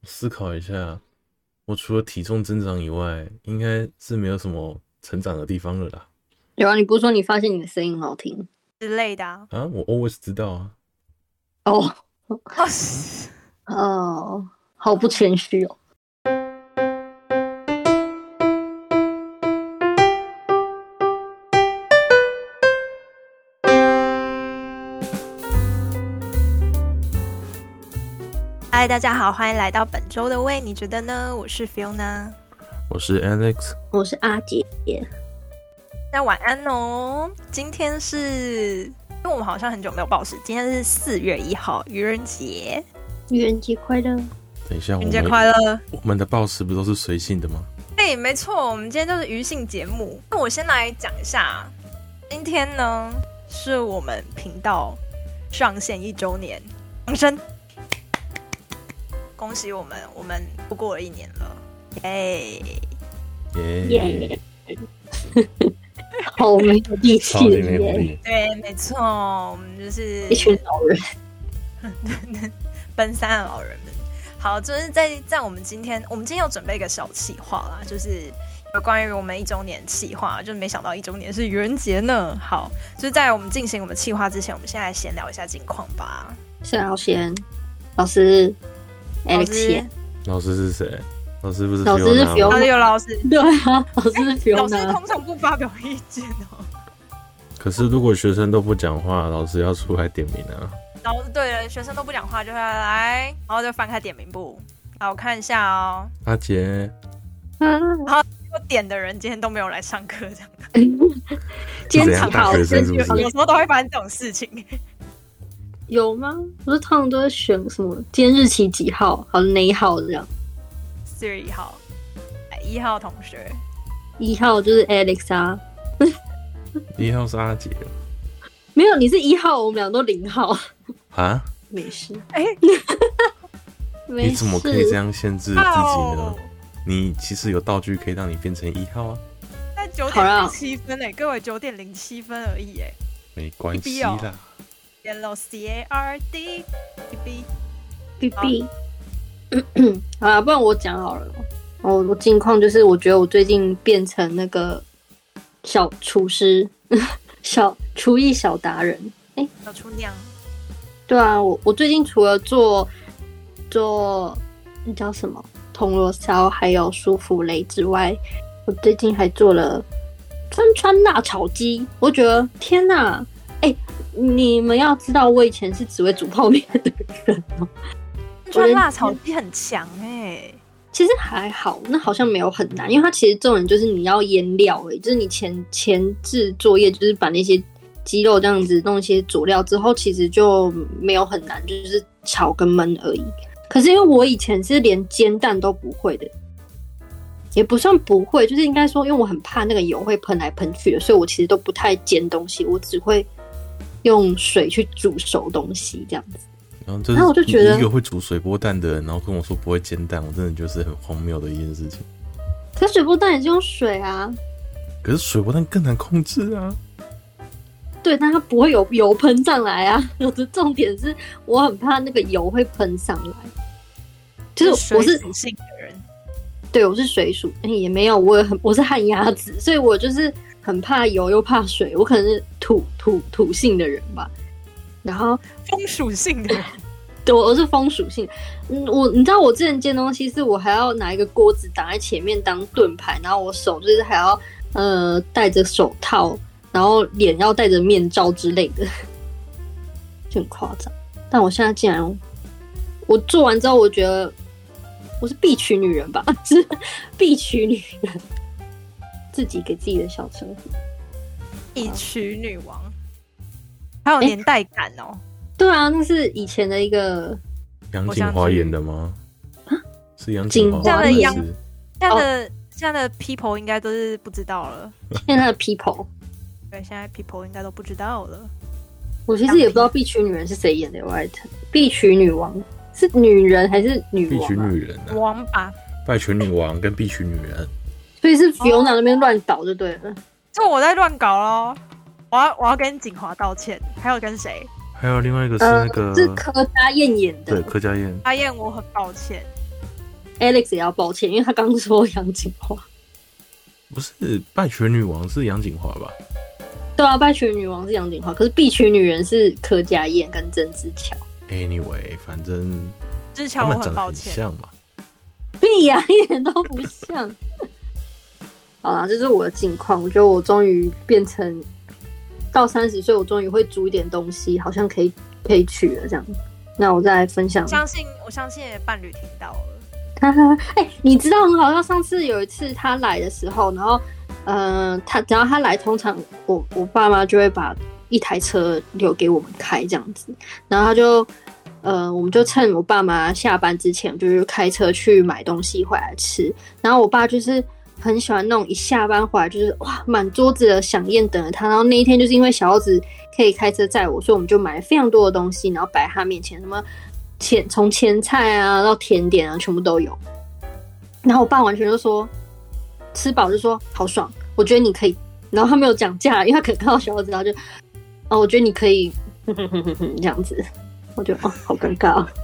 思考一下，我除了体重增长以外，应该是没有什么成长的地方了啦。 有啊，你不是说你发现你的声音很好听之类的啊。 啊，我 always 知道啊。 哦？ 哦， 哦，好不谦虚哦。 嗨，大家好，欢迎来到本周的喂，你觉得呢？我是 Fiona， 我是 Alex， 我是阿姐。 那晚安哦。今天是，因为我们好像很久没有报时，今天是4月1号，愚人节。 愚人节快乐！ 等一下， 愚人节快乐！ 我们的报时不都是随性的吗？ 对，没错，我们今天就是愚性节目。那我先来讲一下，今天呢是我们频道上线1周年，掌声！恭喜我们度过了1年了，耶！ 耶！ 好没有力气的耶！ 对，没错，我们就是一群老人， 奔三的老人们。好，就是在我们今天有准备一个小企划啦，就是有关于我们1周年企划，就是没想到1周年是愚人节呢。好，就是在我们进行我们企划之前，我们先来闲聊一下近况吧。 是老先，老师 Alex， 老师是谁？老师不是老师是 Fiona， 哪里有老师？ 对啊，老师是 Fiona， 老师通常不发表意见哦。 可是如果学生都不讲话，老师要出来点名啊。 然后对了，学生都不讲话，就会来，然后就翻开点名簿，好，我看一下哦。 阿杰， 然后我点的人今天都没有来上课，这样。 今天场好， 大学生是不是？ 有时候都会发生这种事情。 有吗？不是通常都会选什么今天日期几号，好哪一号这样 4月1号，1号同学 ，1号就是 Alex 啊。 1号是阿杰没有，你是1号，我们俩都0号。 啊？ 没事， 你怎么可以这样限制自己呢？你其实有道具可以让你变成1号啊。 但9:07分哎，各位9:07分而已哎， 没关系啦。 Yellow CARD B B， 好啦，不然我讲好了。我近况就是，我觉得我最近变成那个小厨师，小厨艺小达人。 小厨娘。 对啊，我最近除了做那叫什么铜锣烧，还有舒芙蕾之外，我最近还做了川辣炒鸡。我觉得天哪，你们要知道，我以前是只会煮泡面的人哦。 川辣炒鸡很强其实还好，那好像没有很难，因为它其实重点就是你要腌料就是你前置作业，就是把那些鸡肉这样子弄一些佐料之后，其实就没有很难，就是炒跟焖而已。可是因为我以前是连煎蛋都不会的，也不算不会，就是应该说，因为我很怕那个油会喷来喷去的，所以我其实都不太煎东西，我只会用水去煮熟东西这样子。 然后我就觉得一个会煮水波蛋的人，然后跟我说不会煎蛋，我真的就是很荒谬的一件事情。 可是水波蛋也是用水啊。 可是水波蛋更难控制啊。 对，但它不会有油喷上来啊。我的重点是我很怕那个油会喷上来，就是我是水属性的人。 对，我是水属，也没有，我是旱鸭子，所以我就是很怕油又怕水，我可能是土性的人吧。然后风属性的人， 对，我是风属性。你知道我之前煎东西是我还要拿一个锅子挡在前面当盾牌，然后我手就是还要戴着手套，然后脸要戴着面罩之类的，就很夸张。但我现在竟然，我做完之后，我觉得我是必娶女人吧，是必娶女人，自己给自己的小称呼， 必娶女王。还有年代感哦。 对啊，那是以前的一个杨锦华演的吗？是杨锦华这样的现在的 people 应该都是不知道了。 现在的 people， 对，现在 people 应该都不知道了。 我其实也不知道必娶女人是谁演的，我还必娶女王是女人还是女王？ 必娶女人王吧， 拜权女王跟必娶女人， 所以是 Fiona 那边乱搞就对了。 就我在乱搞咯。我要跟景华道歉，还有跟谁？ 还有另外一个是那个是柯佳燕演的。 对，柯佳燕。 阿燕，我很抱歉。 Alex 也要抱歉，因为他刚刚说杨锦华。 不是拜权女王是杨锦华吧？ 对啊，拜权女王是杨锦华，可是碧群女人是柯佳燕跟曾之乔。 Anyway， 反正之乔我很抱歉， 像嘛。 屁呀、一点都不像。好啦，这是我的近况。我觉得我终于变成到30岁，我终于会煮一点东西，好像可以取了这样。那我再来分享。 我相信你的伴侣听到了。 你知道很好笑。上次有一次他来的时候，然后只要他来，通常我爸妈就会把一台车留给我们开这样子，然后他就我们就趁我爸妈下班之前，就是开车去买东西回来吃。然后我爸就是很喜欢那种一下班回来就是哇满桌子的飨宴等着他。然后那一天就是因为小猴子可以开车载我，所以我们就买了非常多的东西，然后摆在他面前，什么从前菜啊到甜点啊全部都有。然后我爸完全就说吃饱就说好爽，我觉得你可以。然后他没有讲价，因为他可能看到小猴子，然后就我觉得你可以这样子。我觉得好尴尬哦。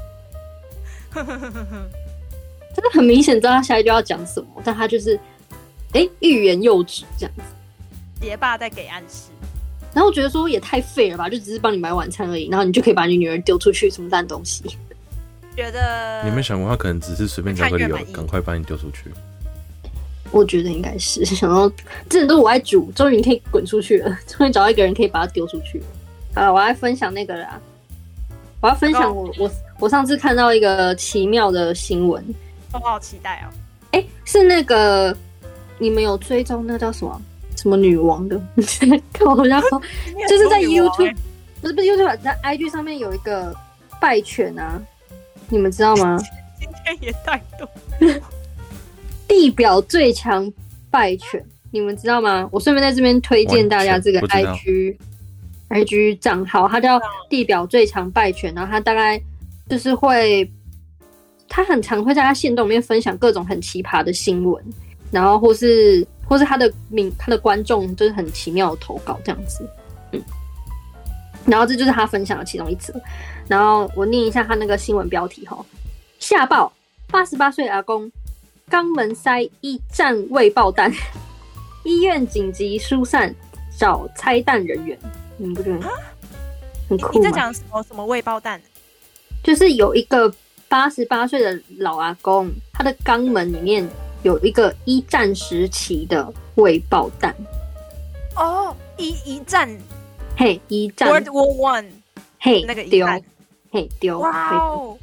真的很明显知道他下一句要讲什么，但他就是欲言又止这样子。 爷爸在给暗示。 然后我觉得说也太废了吧，就只是帮你买晚餐而已，然后你就可以把你女儿丢出去，什么烂东西。 觉得你有没有想过他可能只是随便找个理由赶快把你丢出去？ 我觉得应该是想到这人都是我爱煮，终于你可以滚出去了，终于找到一个人可以把他丢出去了。好了，我来分享那个啦。我要分享我上次看到一个奇妙的新闻， 我好期待哦。 是那个你们有追踪那个叫什么女王的？看我家说，就是在 YouTube， 不是 YouTube， 在 IG 上面有一个拜犬啊，你们知道吗？ 今天也太多。 地表最强拜犬，你们知道吗？我顺便在这边推荐大家这个 IG 账号，它叫地表最强拜犬，然后它大概就是他很常会在他限动里面分享各种很奇葩的新闻，然后或是他的观众就是很奇妙的投稿这样子，然后这就是他分享的其中一则，然后我念一下他那个新闻标题哈：吓爆88岁阿公肛门塞一战未爆弹，医院紧急疏散找拆弹人员。你们不觉得很酷吗？ 你在讲什么未爆弹？ 就是有一个88岁的老阿公，他的肛门里面有一个一战时期的未爆弹。 哦，一战， 嘿，一战 World War One， 嘿， 那个一战， 嘿丢， 哇哦，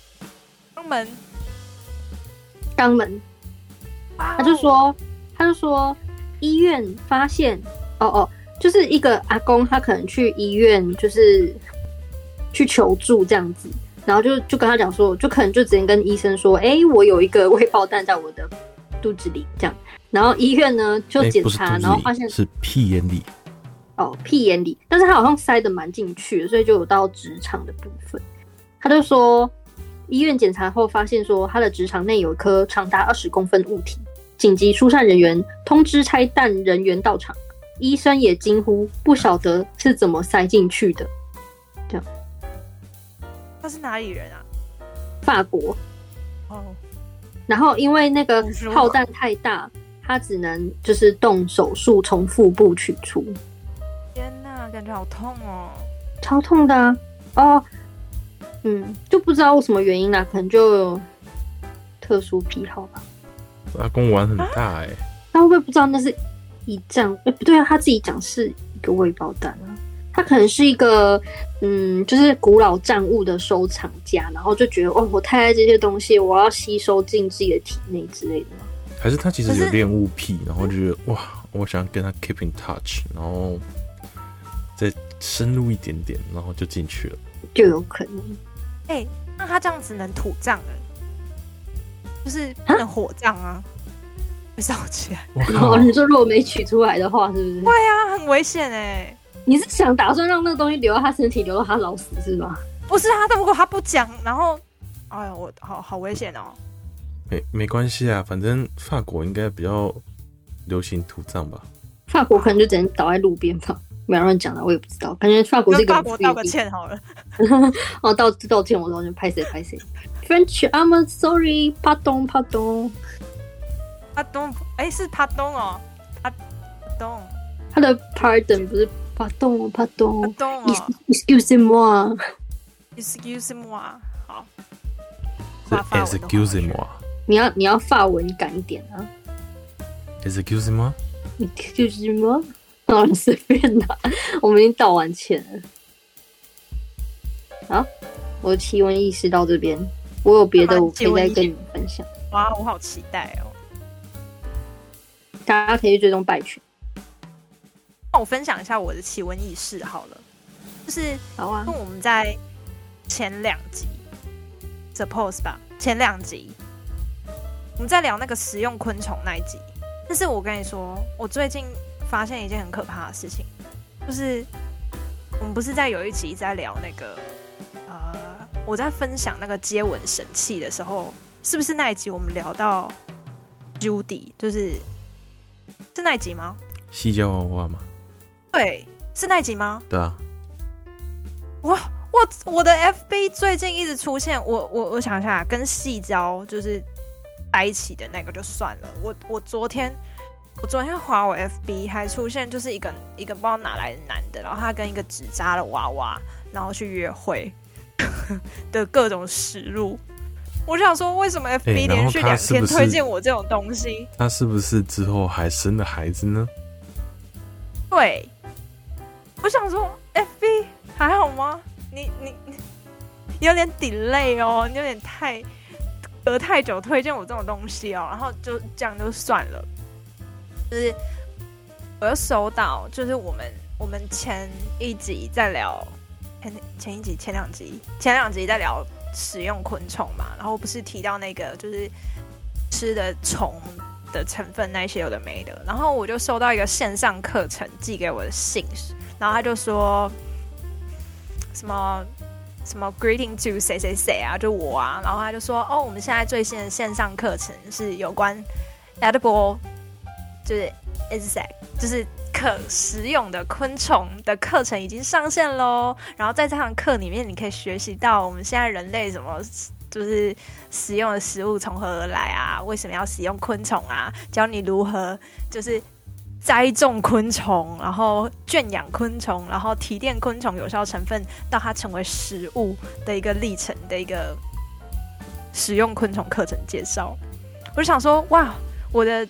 肛门，他就说医院发现，就是一个阿公，他可能去医院就是去求助这样子，然后就跟他讲说，就可能就直接跟医生说，我有一个未爆弹在我的肚子里这样，然后医院呢就检查，然后发现是屁眼里， 屁眼里，但是他好像塞得蛮进去的，所以就有到直肠的部分。他就说，医院检查后发现说，他的直肠内有一颗长达20公分物体，紧急疏散人员通知拆弹人员到场。医生也惊呼，不晓得是怎么塞进去的。这样， 他是哪里人啊？ 法国。 哦。 然后因为那个炮弹太大，他只能就是动手术从腹部取出。 天哪，感觉好痛哦！ 超痛的啊！就不知道为什么原因啦，可能就有特殊癖好吧。 阿公玩很大他会不会不知道那是一战？不对啊，他自己讲是一个未爆弹啊。他可能是一个就是古老战物的收藏家，然后就觉得我太爱这些东西，我要吸收进自己的体内之类的。 还是他其实有恋物癖，然后就觉得哇，我想跟他 keep in touch， 然后再深入一点点，然后就进去了， 就有可能。 那他这样子能土葬就是不能火葬啊，会烧起来。 你说如果没取出来的话，是不是？ 会啊，很危险你是想打算让那个东西留到他身体，留到他老死是吗？ 不是啊，但如果他不讲，然后，我好危险哦。 没关系啊，反正法国应该比较流行土葬吧。 法国可能就只能倒在路边吧。 没有乱讲的，我也不知道，感觉法国是一个跟法国道个歉好了。 哦，道歉，我完全拍谁。French, I'm sorry, pardon. 帕东，是帕东哦，帕东。 他的 pardon 不是 pardon。 帕东哦 Excuse moi. 好。 是 excuse moi。 你要法文感一点啊。 excuse moi。 excuse moi。好，随便啦，我们已经道完歉了。好，我的奇闻异事到这边，我有别的我可以再跟你们分享。 哇，我好期待哦！ 大家可以去追踪拜权。 那我分享一下我的奇闻异事好了，就是好啊， 因为我们在前2集 ，suppose 吧，前2集我们在聊那个食用昆虫那一集，但是我跟你说，我最近发现一件很可怕的事情，就是我们不是在有一集在聊那个我在分享那个接吻神器的时候，是不是那一集我们聊到 Judy， 就是那一集吗？ 细胶娃娃吗？ 对，是那一集吗？ 对啊。 我的 FB 最近一直出现，我想一下，跟细胶就是在一起的那个就算了。我昨天滑我 FB 还出现就是一个不知道哪来的男的，然后他跟一个纸扎的娃娃，然后去约会的各种实录。我想说，为什么 FB 连续2天推荐我这种东西？ 他是不是之后还生了孩子呢？ 对，我想说 FB 还好吗？你有点 delay 哦，你有点隔太久推荐我这种东西哦，然后就这样就算了。就是我又收到，就是我们前2集在聊前2集在聊食用昆虫嘛，然后不是提到那个就是吃的虫的成分那些有的没的，然后我就收到一个线上课程寄给我的信，然后他就说什么 greeting to 谁谁谁啊，就我啊，然后他就说我们现在最新的线上课程是有关 edible 就是 insect 就是可食用的昆虫的课程已经上线咯，然后在这堂课里面你可以学习到我们现在人类什么就是食用的食物从何而来啊，为什么要使用昆虫啊，教你如何就是栽种昆虫，然后圈养昆虫，然后提炼昆虫有效成分到它成为食物的一个历程的一个食用昆虫课程介绍。我就想说，哇，我的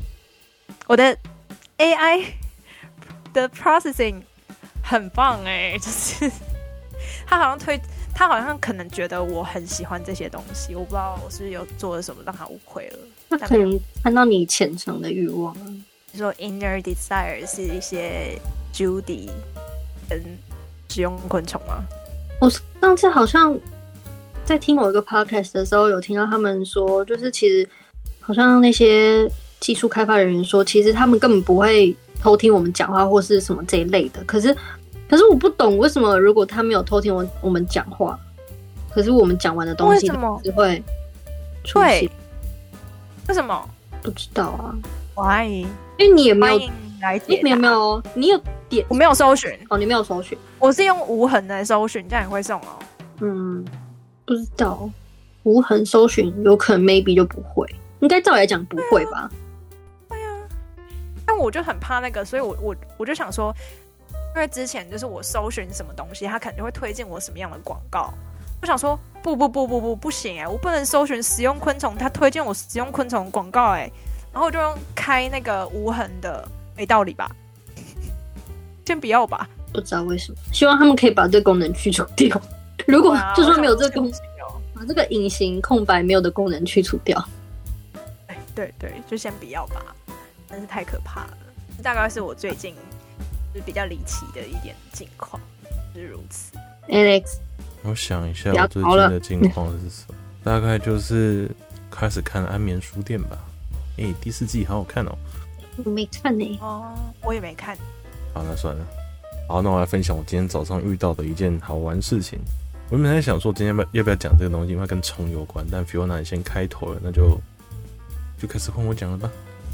AI 的 processing 很棒就是他好像可能觉得我很喜欢这些东西，我不知道我是不是有做了什么让他误会了。 他可能看到你虔诚的欲望啊。 你说 inner desire 是一些 Judy 跟食用昆虫吗？ 我上次好像在听某一个 podcast 的时候，有听到他们说，就是其实好像那些技术开发人员说，其实他们根本不会偷听我们讲话或是什么这一类的。可是我不懂为什么，如果他没有偷听我们讲话，可是我们讲完的东西只会出现。 为什么？ 不知道啊。 Why？ 因为你也没有来解答。 没有，你有点， 我没有搜寻哦，你没有搜寻， 我是用无痕来搜寻，这样也会送哦。 不知道，无痕搜寻有可能 maybe 就不会，应该照理来讲不会吧？ 对啊，但我就很怕那个，所以我就想说，因为之前就是我搜寻什么东西，他可能就会推荐我什么样的广告。我想说，不行我不能搜寻食用昆虫，他推荐我食用昆虫广告然后我就用开那个无痕的，没道理吧？先不要吧。 不知道为什么，希望他们可以把这个功能去除掉。如果就算没有这个功能，把这个隐形空白没有的功能去除掉。 对，就先不要吧，真是太可怕了。大概是我最近就是比较离奇的一点境况，就是如此。 Alex， 我想一下，我最近的境况是什么？大概就是开始看《安眠书店》吧。第4季好好看哦。 我没看呢。 我也没看。 好，那算了。好，那我来分享我今天早上遇到的一件好玩事情。我原本在想说今天要不要讲这个东西，因为它跟虫有关。但 Fiona 你先开头了，那就开始换我讲了吧。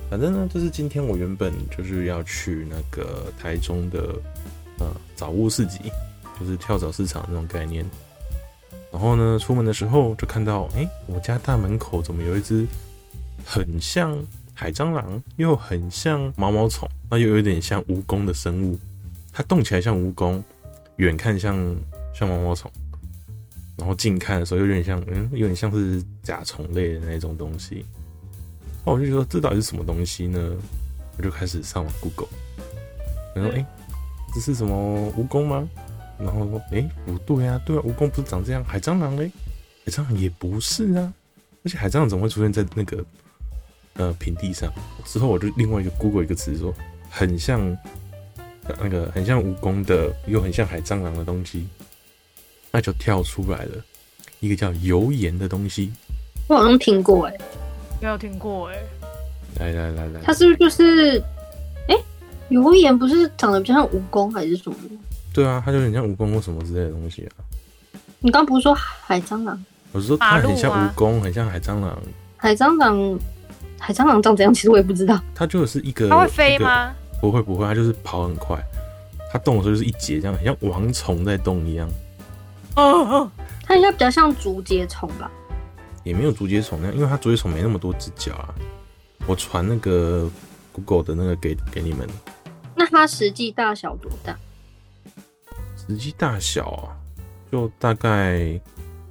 反正呢，就是今天我原本就是要去那个台中的早屋市集，就是跳蚤市场那种概念。然后呢，出门的时候就看到，我家大门口怎么有一只很像海蟑螂，又很像毛毛虫，那又有点像蜈蚣的生物。它动起来像蜈蚣，远看像毛毛虫，然后近看的时候有点像是甲虫类的那种东西。那我就说这到底是什么东西呢？我就开始上网 Google， 然后这是什么蜈蚣吗？然后说不对啊，对啊，蜈蚣不是长这样，海蟑螂嘞？海蟑螂也不是啊，而且海蟑螂怎么会出现在那个平地上？之后我就另外一个 Google 一个词说很像很像蜈蚣的又很像海蟑螂的东西，那就跳出来了一个叫油盐的东西。 我好像听过没有听过来， 它是不是就是油盐不是长得比较像蜈蚣还是什么的？ 对啊，它就很像蜈蚣或什么之类的东西啊。 你刚不是说海蟑螂？ 我是说它很像蜈蚣，很像海蟑螂。 海蟑螂长怎样？其实我也不知道。 它就是一个， 它会飞吗？ 不会，它就是跑很快。它动的时候就是一节这样，很像王虫在动一样。 它应该比较像竹节虫吧？ 也没有竹节虫那样，因为它竹节虫没那么多只脚啊。我传那个 Google 的那个给你们。 那它实际大小多大？ 实际大小啊，就大概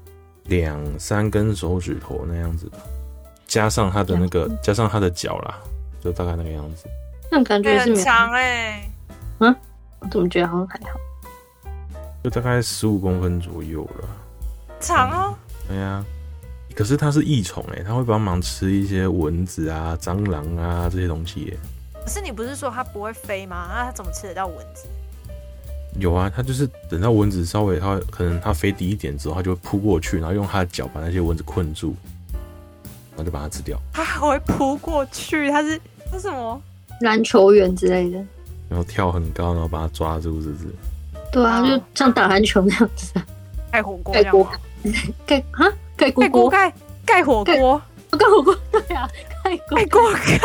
2-3根手指头那样子吧，加上它的加上它的脚啦，就大概那个样子。 那感觉是很长我怎么觉得好像还好？ 就大概15公分左右了。 长哦。 对啊，可是它是益虫它会帮忙吃一些蚊子啊、蟑螂啊这些东西耶。 可是你不是说它不会飞吗？那它怎么吃得到蚊子？ 有啊，它就是等到蚊子稍微可能它飞低一点之后，它就会扑过去，然后用它的脚把那些蚊子困住，然后就把它吃掉。 它还会扑过去？它是什么？ 篮球员之类的。 然后跳很高，然后把它抓住，是不是？ 对啊，就像打篮球那样子啊。 盖火锅这样吗？ 盖火锅？ 盖火锅？ 盖火锅？对啊，盖锅。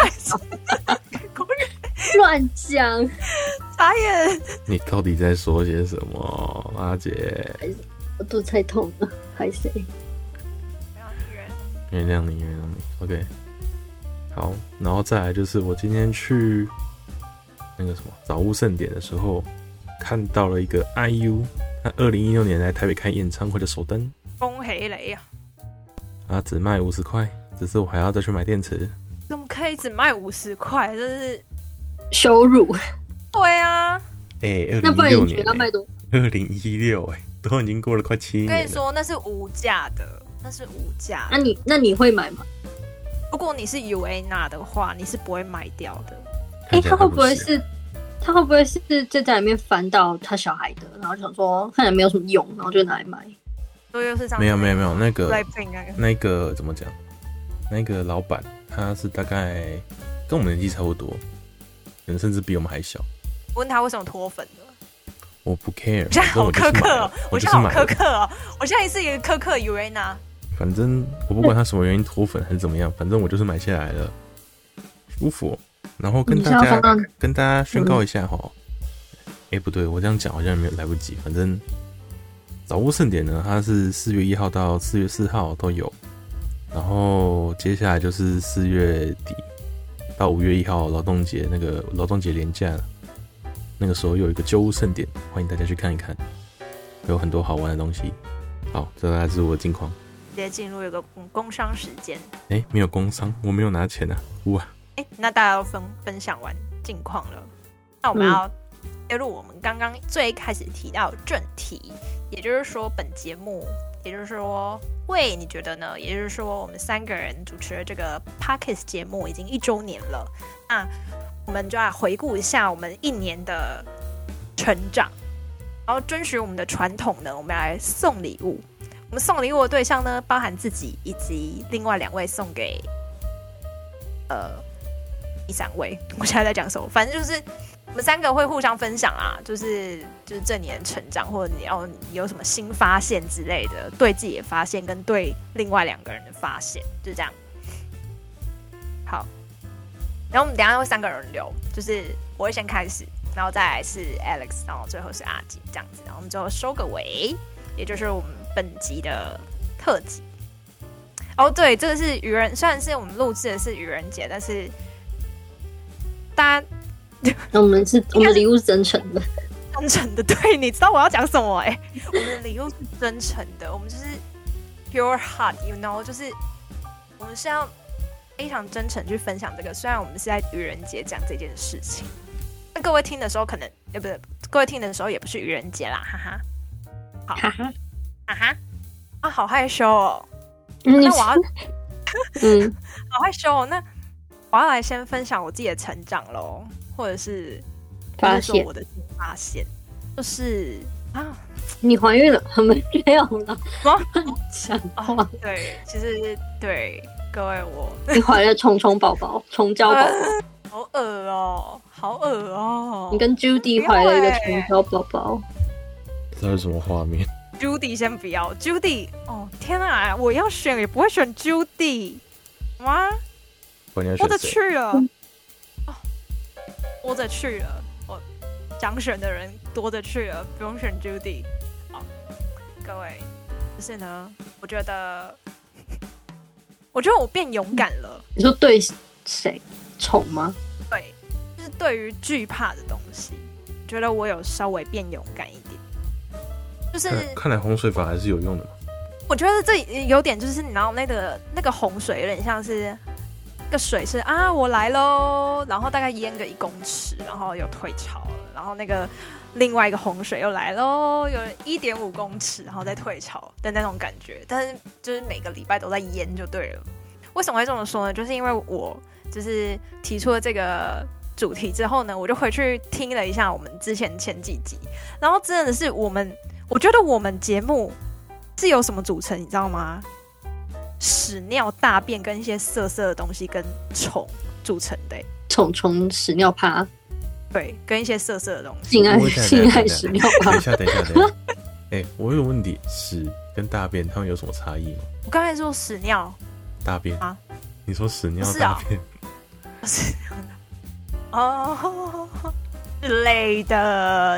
乱讲， 傻眼！ 你到底在说些什么，阿姐？ 我肚子太痛了，害谁？ 原谅你。OK， 好，然后再来就是我今天去那个什么早屋盛典的时候，看到了一个 IU， 他2016年来台北开演唱会的首登， 风黑雷啊，只卖50块，只是我还要再去买电池。 怎么可以只卖50块？真是羞辱！ 对啊， 那不然你觉得要卖多 ？2016都已经过了快7年了。 跟你说那是无价的， 那你会买吗？ 如果你是 UANA 的话，你是不会卖掉的。 他会不会是在家里面翻到他小孩的，然后就想说看起来没有什么用，然后就拿来买？ 没有，那个怎么讲？那个老板他是大概跟我们年纪差不多，可能甚至比我们还小。 问他为什么脱粉的？ 我不 care。 我现在好苛刻哦！我现在是一个苛刻 UANA。 反正我不管他什么原因脱粉还是怎么样，反正我就是买下来了，舒服。然后跟大家宣告一下哈，不对，我这样讲好像没有来不及。反正早屋盛典呢，它是4月1号到4月4号都有，然后接下来就是4月底到5月1号劳动节连假，那个时候有一个旧屋盛典，欢迎大家去看一看，有很多好玩的东西。好，这大概是我的近况。 直接进入一个工商时间。 没有工商，我没有拿钱啊，哇！ 那大家都分享完近况了，那我们要切入我们刚刚最开始提到的正题，也就是说本节目，也就是说喂，你觉得呢？也就是说我们3个人主持的这个 Podcast 节目已经1周年了，那我们就来回顾一下我们1年的成长，然后遵循我们的传统呢，我们来送礼物。我们送礼物的对象呢，包含自己以及另外2位送给第3位。我现在在讲什么？反正就是我们3个会互相分享啊，就是这年的成长，或者你有什么新发现之类的，对自己的发现跟对另外2个人的发现，就这样。好， 然后我们等一下会3个人留，就是我会先开始，然后再来是 Alex， 然后最后是阿杰这样子，然后我们最后收个尾，也就是我们本集的特辑。哦，对，这个是愚人，虽然是我们录制的是愚人节，但是大家我们的礼物是真诚的， 真诚的。对，你知道我要讲什么我们的礼物是真诚的，我们就是 pure heart，you know， 就是我们是要非常真诚去分享这个。虽然我们是在愚人节讲这件事情，那各位听的时候可能不是，各位听的时候也不是愚人节啦，哈哈。好， 哈哈， 哈哈，啊，好害羞哦。那我要，好害羞哦。那我要来先分享我自己的成长咯，或者是发现我的发现，就是啊， 你怀孕了？没有了，讲话。 对，其实对各位你怀了虫虫宝宝，虫胶宝宝， 好恶哦，好恶哦。 你跟 Judy 怀了一个虫胶宝宝， 这是什么画面 ？Judy 先不要 ，Judy 哦，天啊，我要选也不会选 Judy， 吗？多着去了，哦，多着去了，我想选的人多着去了，不用选 Judy。好，各位，就是呢，我觉得我变勇敢了。 你说对谁？宠吗？ 对，就是对于惧怕的东西，我觉得我有稍微变勇敢一点。就是看来洪水法还是有用的嘛。 我觉得这有点就是你知道那个洪水有点像是那个水是啊我来咯，然后大概淹个1公尺，然后又退潮了，然后那个另外一个洪水又来咯，有1.5公尺，然后再退潮的那种感觉，但是就是每个礼拜都在淹就对了。为什么会这么说呢？就是因为我就是提出了这个主题之后呢，我就回去听了一下我们之前前几集，然后真的是我觉得我们节目是由什么组成，你知道吗？屎尿大便跟一些色色的东西跟虫组成的。 虫屎尿趴， 对，跟一些色色的东西。 性爱屎尿趴。 等一下。我有个问题，屎跟大便它们有什么差异吗？ 我刚才说屎尿大便啊， 你说屎尿大便， 不是哦之类的。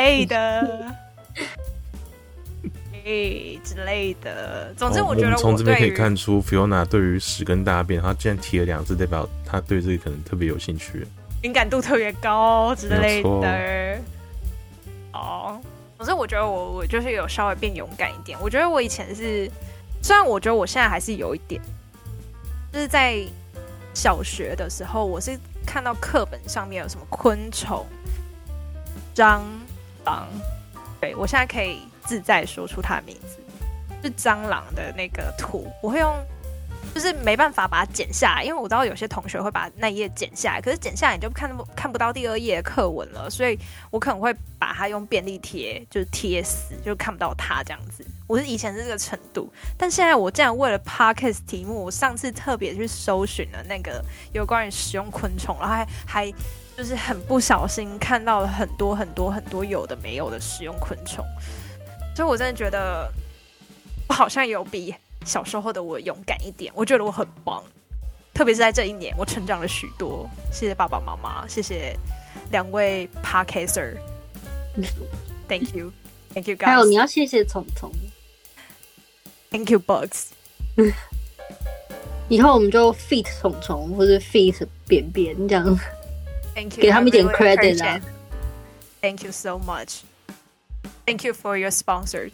之类的，总之我觉得我们从这边可以看出 Fiona 对于屎跟大便，她既然提了2次，代表她对这个可能特别有兴趣， 敏感度特别高之类的。哦，总之我觉得我就是有稍微变勇敢一点。我觉得我以前是，虽然我觉得我现在还是有一点，就是在小学的时候，我是看到课本上面有什么昆虫、蟑螂，对，我现在可以自在说出它的名字，是蟑螂的那个图，我会用，就是没办法把它剪下来，因为我知道有些同学会把那一页剪下来，可是剪下来你就看不到第2页的课文了，所以我可能会把它用便利贴就是贴死，就看不到它这样子。我是以前是这个程度，但现在我竟然为了 podcast 题目，我上次特别去搜寻了那个有关于使用昆虫，然后还就是很不小心看到了很多有的没有的使用昆虫。所以我真的觉得我好像有比小时候的我勇敢一点，我觉得我很棒，特别是在这1年我成长了许多，谢谢爸爸妈妈，谢谢2位 podcaster Thank you guys， 还有你要谢谢聪聪， Thank you bugs 以后我们就 feat 聪聪或者 feat 扁扁这样 Thank you， 给他们一点 credit 啦。 Thank you so much，Thank you for your sponsored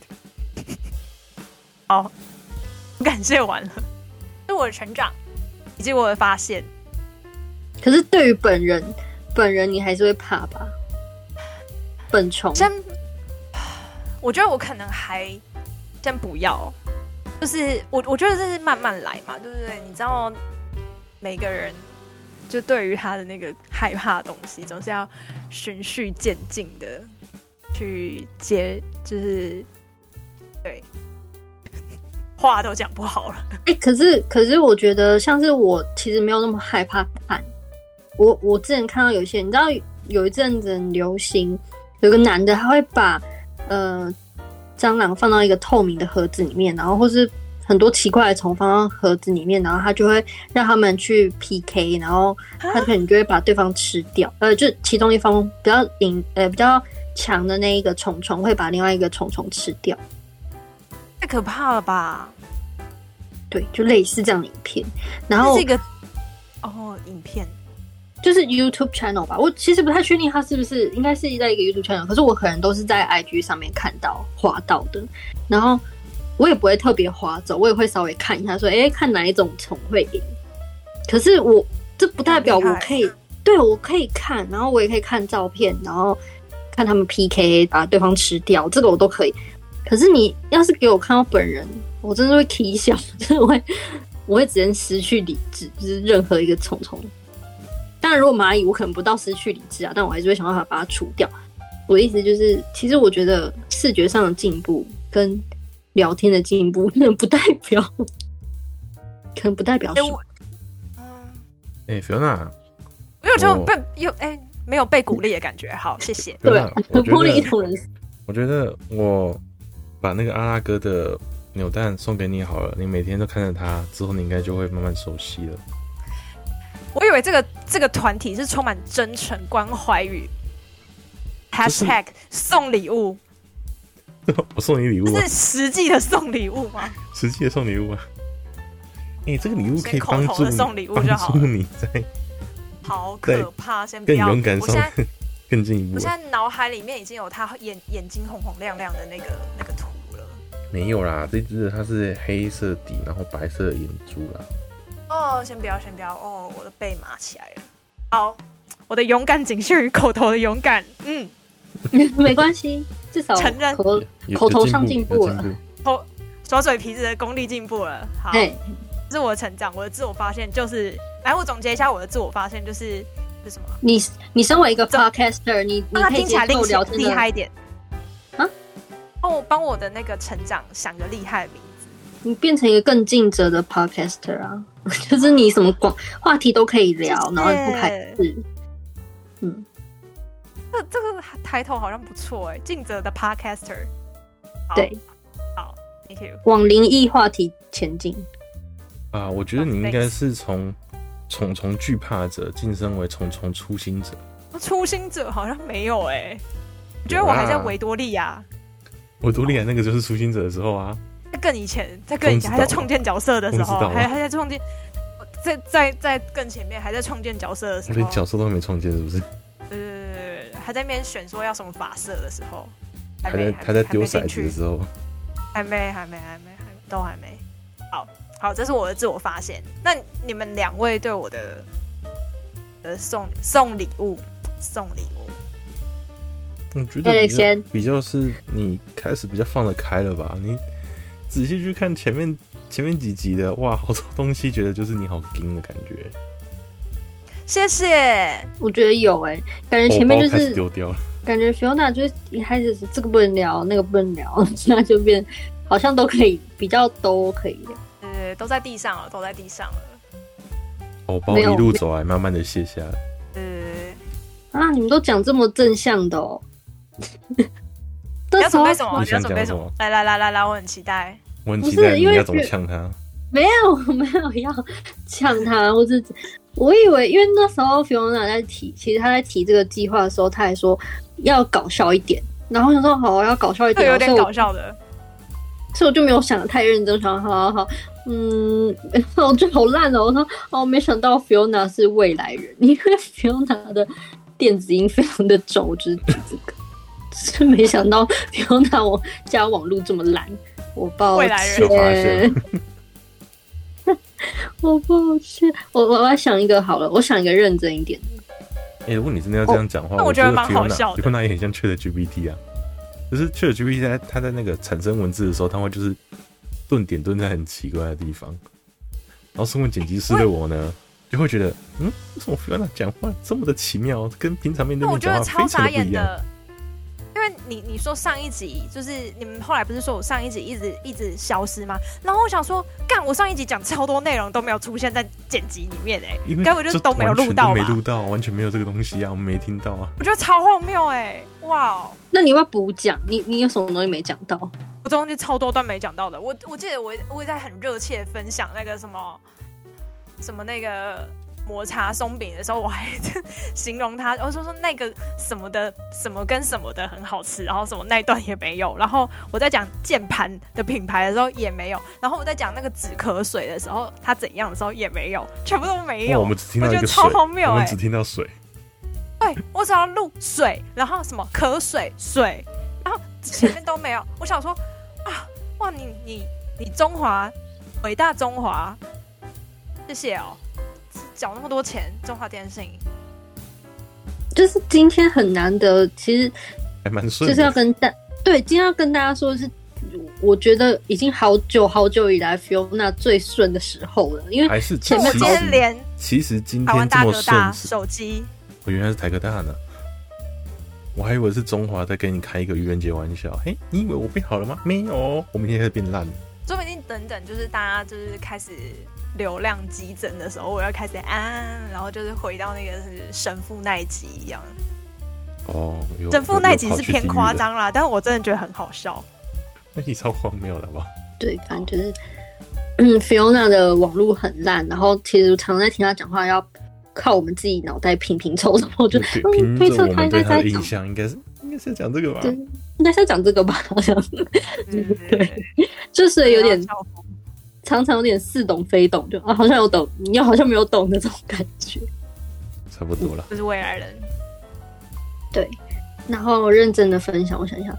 好，感谢完了，是我的成长以及我的发现。 可是对于本人你还是会怕吧？本虫我觉得我可能还先不要，就是我觉得这是慢慢来嘛，对不对？你知道每个人就对于他的那个害怕的东西总是要循序渐进的去就是对，话都讲不好了。 可是我觉得像是我其实没有那么害怕看。我之前看到有些人，你知道有一阵子很流行，有个男的他会把蟑螂放到一个透明的盒子里面，然后或是很多奇怪的虫放到盒子里面，然后他就会让他们去 PK， 然后他可能就会把对方吃掉。就其中一方比较强的那一个虫虫会把另外一个虫虫吃掉。 太可怕了吧？ 对，就类似这样的影片。然后这是一个影片。 就是 YouTube channel 吧，我其实不太确定它是不是，应该是在一个 YouTube channel， 可是我可能都是在 IG 上面滑到的，然后我也不会特别滑走，我也会稍微看一下说，看哪一种虫会赢。可是这不代表我可以，对，我可以看，然后我也可以看照片，然后看他们 PK 把对方吃掉，这个我都可以。可是你要是给我看到本人，我真的会起笑，就是我会直接失去理智，就是任何一个虫虫。当然，如果蚂蚁，我可能不到失去理智啊，但我还是会想办法把它除掉。我的意思就是，其实我觉得视觉上的进步跟聊天的进步，可能不代表什么。 Fiona， 我有这种没有被鼓励的感觉。好，谢谢。 对，玻璃一桶人。 我觉得我把那个阿拉哥的扭蛋送给你好了，你每天都看着它，之后你应该就会慢慢熟悉了。 我以为这个团体是充满真诚关怀与 #送礼物。 我送你礼物啊？ 是实际的送礼物吗？ 实际的送礼物啊！这个礼物可以帮助你在好可怕，先不更要。 勇敢上更进一步。 我现在脑海里面已经有他眼睛红红亮亮的那个图了。 没有啦，这只它是黑色底，然后白色的眼珠啦。 先不要我的背麻起来了。好，我的勇敢仅限于口头的勇敢。 没关系，至少承认口头上进步了， 耍嘴皮子的功力进步了。好，这是我的成长，我的自我发现就是，来我总结一下我的自我发现就是什么？ 你身为一个 podcaster， 你可以接受聊天厉害一点啊？ 帮我的那个成长想个厉害的名字。 你变成一个更尽责的 podcaster 啊，就是你什么话题都可以聊，然后不排斥。 这个抬头好像不错尽责的 podcaster。 对， 好 ，thank you。 往灵异话题前进。 我觉得你应该是从虫虫惧怕者晋升为虫虫初心者。 初心者好像没有我觉得我还在维多利亚。 维多利亚那个就是初心者的时候啊。 在更以前还在创建角色的时候，还在创建，在更前面还在创建角色的时候， 连角色都还没创建，是不是？ 还在那边选说要什么发色的时候， 还在丢骰子的时候， 还没，都还没。好，这是我的自我发现。那你们两位对我的送礼物， 我觉得比较是你开始比较放得开了吧？你仔细去看前面几集的，哇，好多东西，觉得就是你好硬的感觉。 谢谢， 我觉得有感觉前面就是开始丢掉了，感觉 Fiona 就是一开始是这个不能聊，那个不能聊，那就变好像都可以，比较都可以聊。 都在地上了。 包一路走来，慢慢的卸下来。 你们都讲这么正向的哦。 你要准备什么？来，我很期待。 我很期待你要怎么呛他。 没有要呛他，我以为，因为那时候 Fiona 在提，其实他在提这个计划的时候，他还说要搞笑一点，然后我想说好，要搞笑一点， 有点搞笑的， 所以我就没有想得太认真，想好，我就好烂哦，我说没想到 Fiona 是未来人，因为 Fiona 的电子音非常的重，就是这个，是没想到 Fiona 我家网路这么烂，我抱歉。我抱歉，我要想一个好了，我想一个认真一点的。如果你真的要这样讲话， 我觉得蛮好笑的。 Fiona 也很像 ChatGPT 啊，就是 ChatGPT 它在那个产生文字的时候，它会就是顿在很奇怪的地方。然后身为剪辑师的我呢，就会觉得，为什么 Fiona 讲话这么的奇妙，跟平常面对面讲话非常的不一样。 因为你说上一集就是你们后来不是说我上一集一直消失吗？然后我想说，我上一集讲超多内容都没有出现在剪辑里面该不就是都没有录到吧？ 没录到，完全没有这个东西啊，我们没听到啊。 我觉得超荒谬哇！ 那你要不要补讲？你有什么东西没讲到？ 我中间超多段没讲到的。我记得我也在很热切分享那个什么那个抹茶松饼的时候，我还形容它，我说那个什么的什么跟什么的很好吃，然后什么那一段也没有。然后我在讲键盘的品牌的时候也没有，然后我在讲那个止咳水的时候它怎样的时候也没有，全部都没有。 我们只听到一个水， 我觉得超荒谬， 我们只听到水。 对，我只要录水，然后什么渴水，然后前面都没有。我想说啊，哇，你中华伟大中华，谢谢哦。缴那么多钱，中华电信就是今天很难得，其实还蛮顺的， 就是要跟今天要跟大家说的是，我觉得已经好久以来 Fiona 最顺的时候了，因为还是前面今天连其实今台湾天这么大哥大顺， 手机， 我原来是台科大呢，我还以为是中华在跟你开一个愚人节玩笑。嘿，你以为我变好了吗？没有，我明天会变烂。 说不定等，就是大家就是开始流量激增的时候，我要开始然后就是回到那个是神父那一集一样。 哦， 神父那一集是偏夸张啦，但是我真的觉得很好笑。 那集超荒谬了吧？ 对，反正就是Fiona 的网络很烂，然后其实常在听他讲话要靠我们自己脑袋拼凑的，我就凭着我们对他的印象，应该是要讲这个吧？ 对，应该是要讲这个吧？好像对，就是有点常常有点似懂非懂，就好像有懂，你又好像没有懂的这种感觉。 差不多了， 就是未来人。 对，然后认真的分享，我想想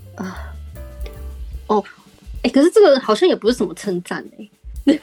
可是这个好像也不是什么称赞你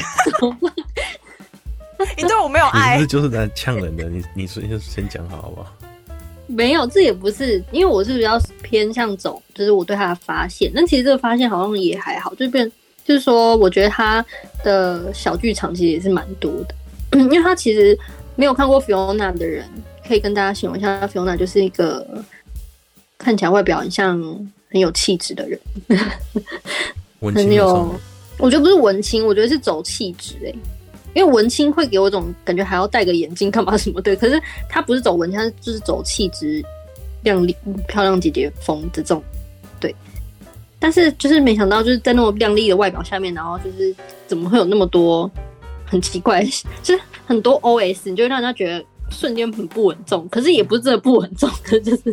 对我没有爱， 你是就是在呛人的，你先讲好不好？ 没有，这也不是，因为我是比较偏向走，就是我对他的发现。但其实这个发现好像也还好，就是说，我觉得他的小剧场其实也是蛮多的。因为他其实没有看过 Fiona 的人，可以跟大家形容一下 Fiona 就是一个看起来外表很像很有气质的人，很有，我觉得不是文青，我觉得是走气质因为文青会给我一种感觉还要戴个眼镜干嘛什么的，可是他不是走文青，他就是走气质、靓丽、漂亮姐姐风的这种，对。但是就是没想到，就是在那么靓丽的外表下面，然后就是怎么会有那么多很奇怪，就是很多 OS， 你就会让人家觉得瞬间很不稳重，可是也不是真的不稳重，可是就是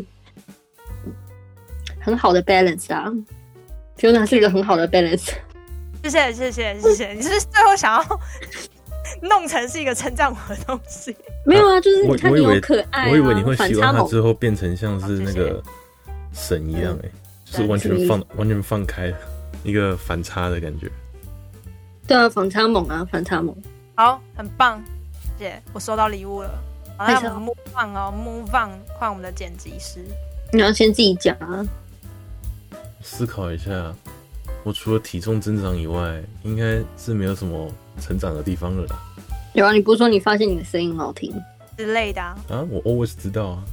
很好的 balance 啊。Fiona 是一个很好的 balance。谢谢，你是最后想要弄成是一个称赞我的东西？ 没有啊，就是你看你有可爱我以为你会希望他之后变成像是那个神一样就是完全放开一个反差的感觉。 对啊，反差萌啊，反差萌。 好，很棒，谢谢，我收到礼物了。好，那我们 move on 换我们的剪辑师。 你要先自己讲啊。 思考一下，我除了体重增长以外，应该是没有什么成长的地方了啦。 有啊，你不是说你发现你的声音很好听之类的啊？ 我 always 知道啊。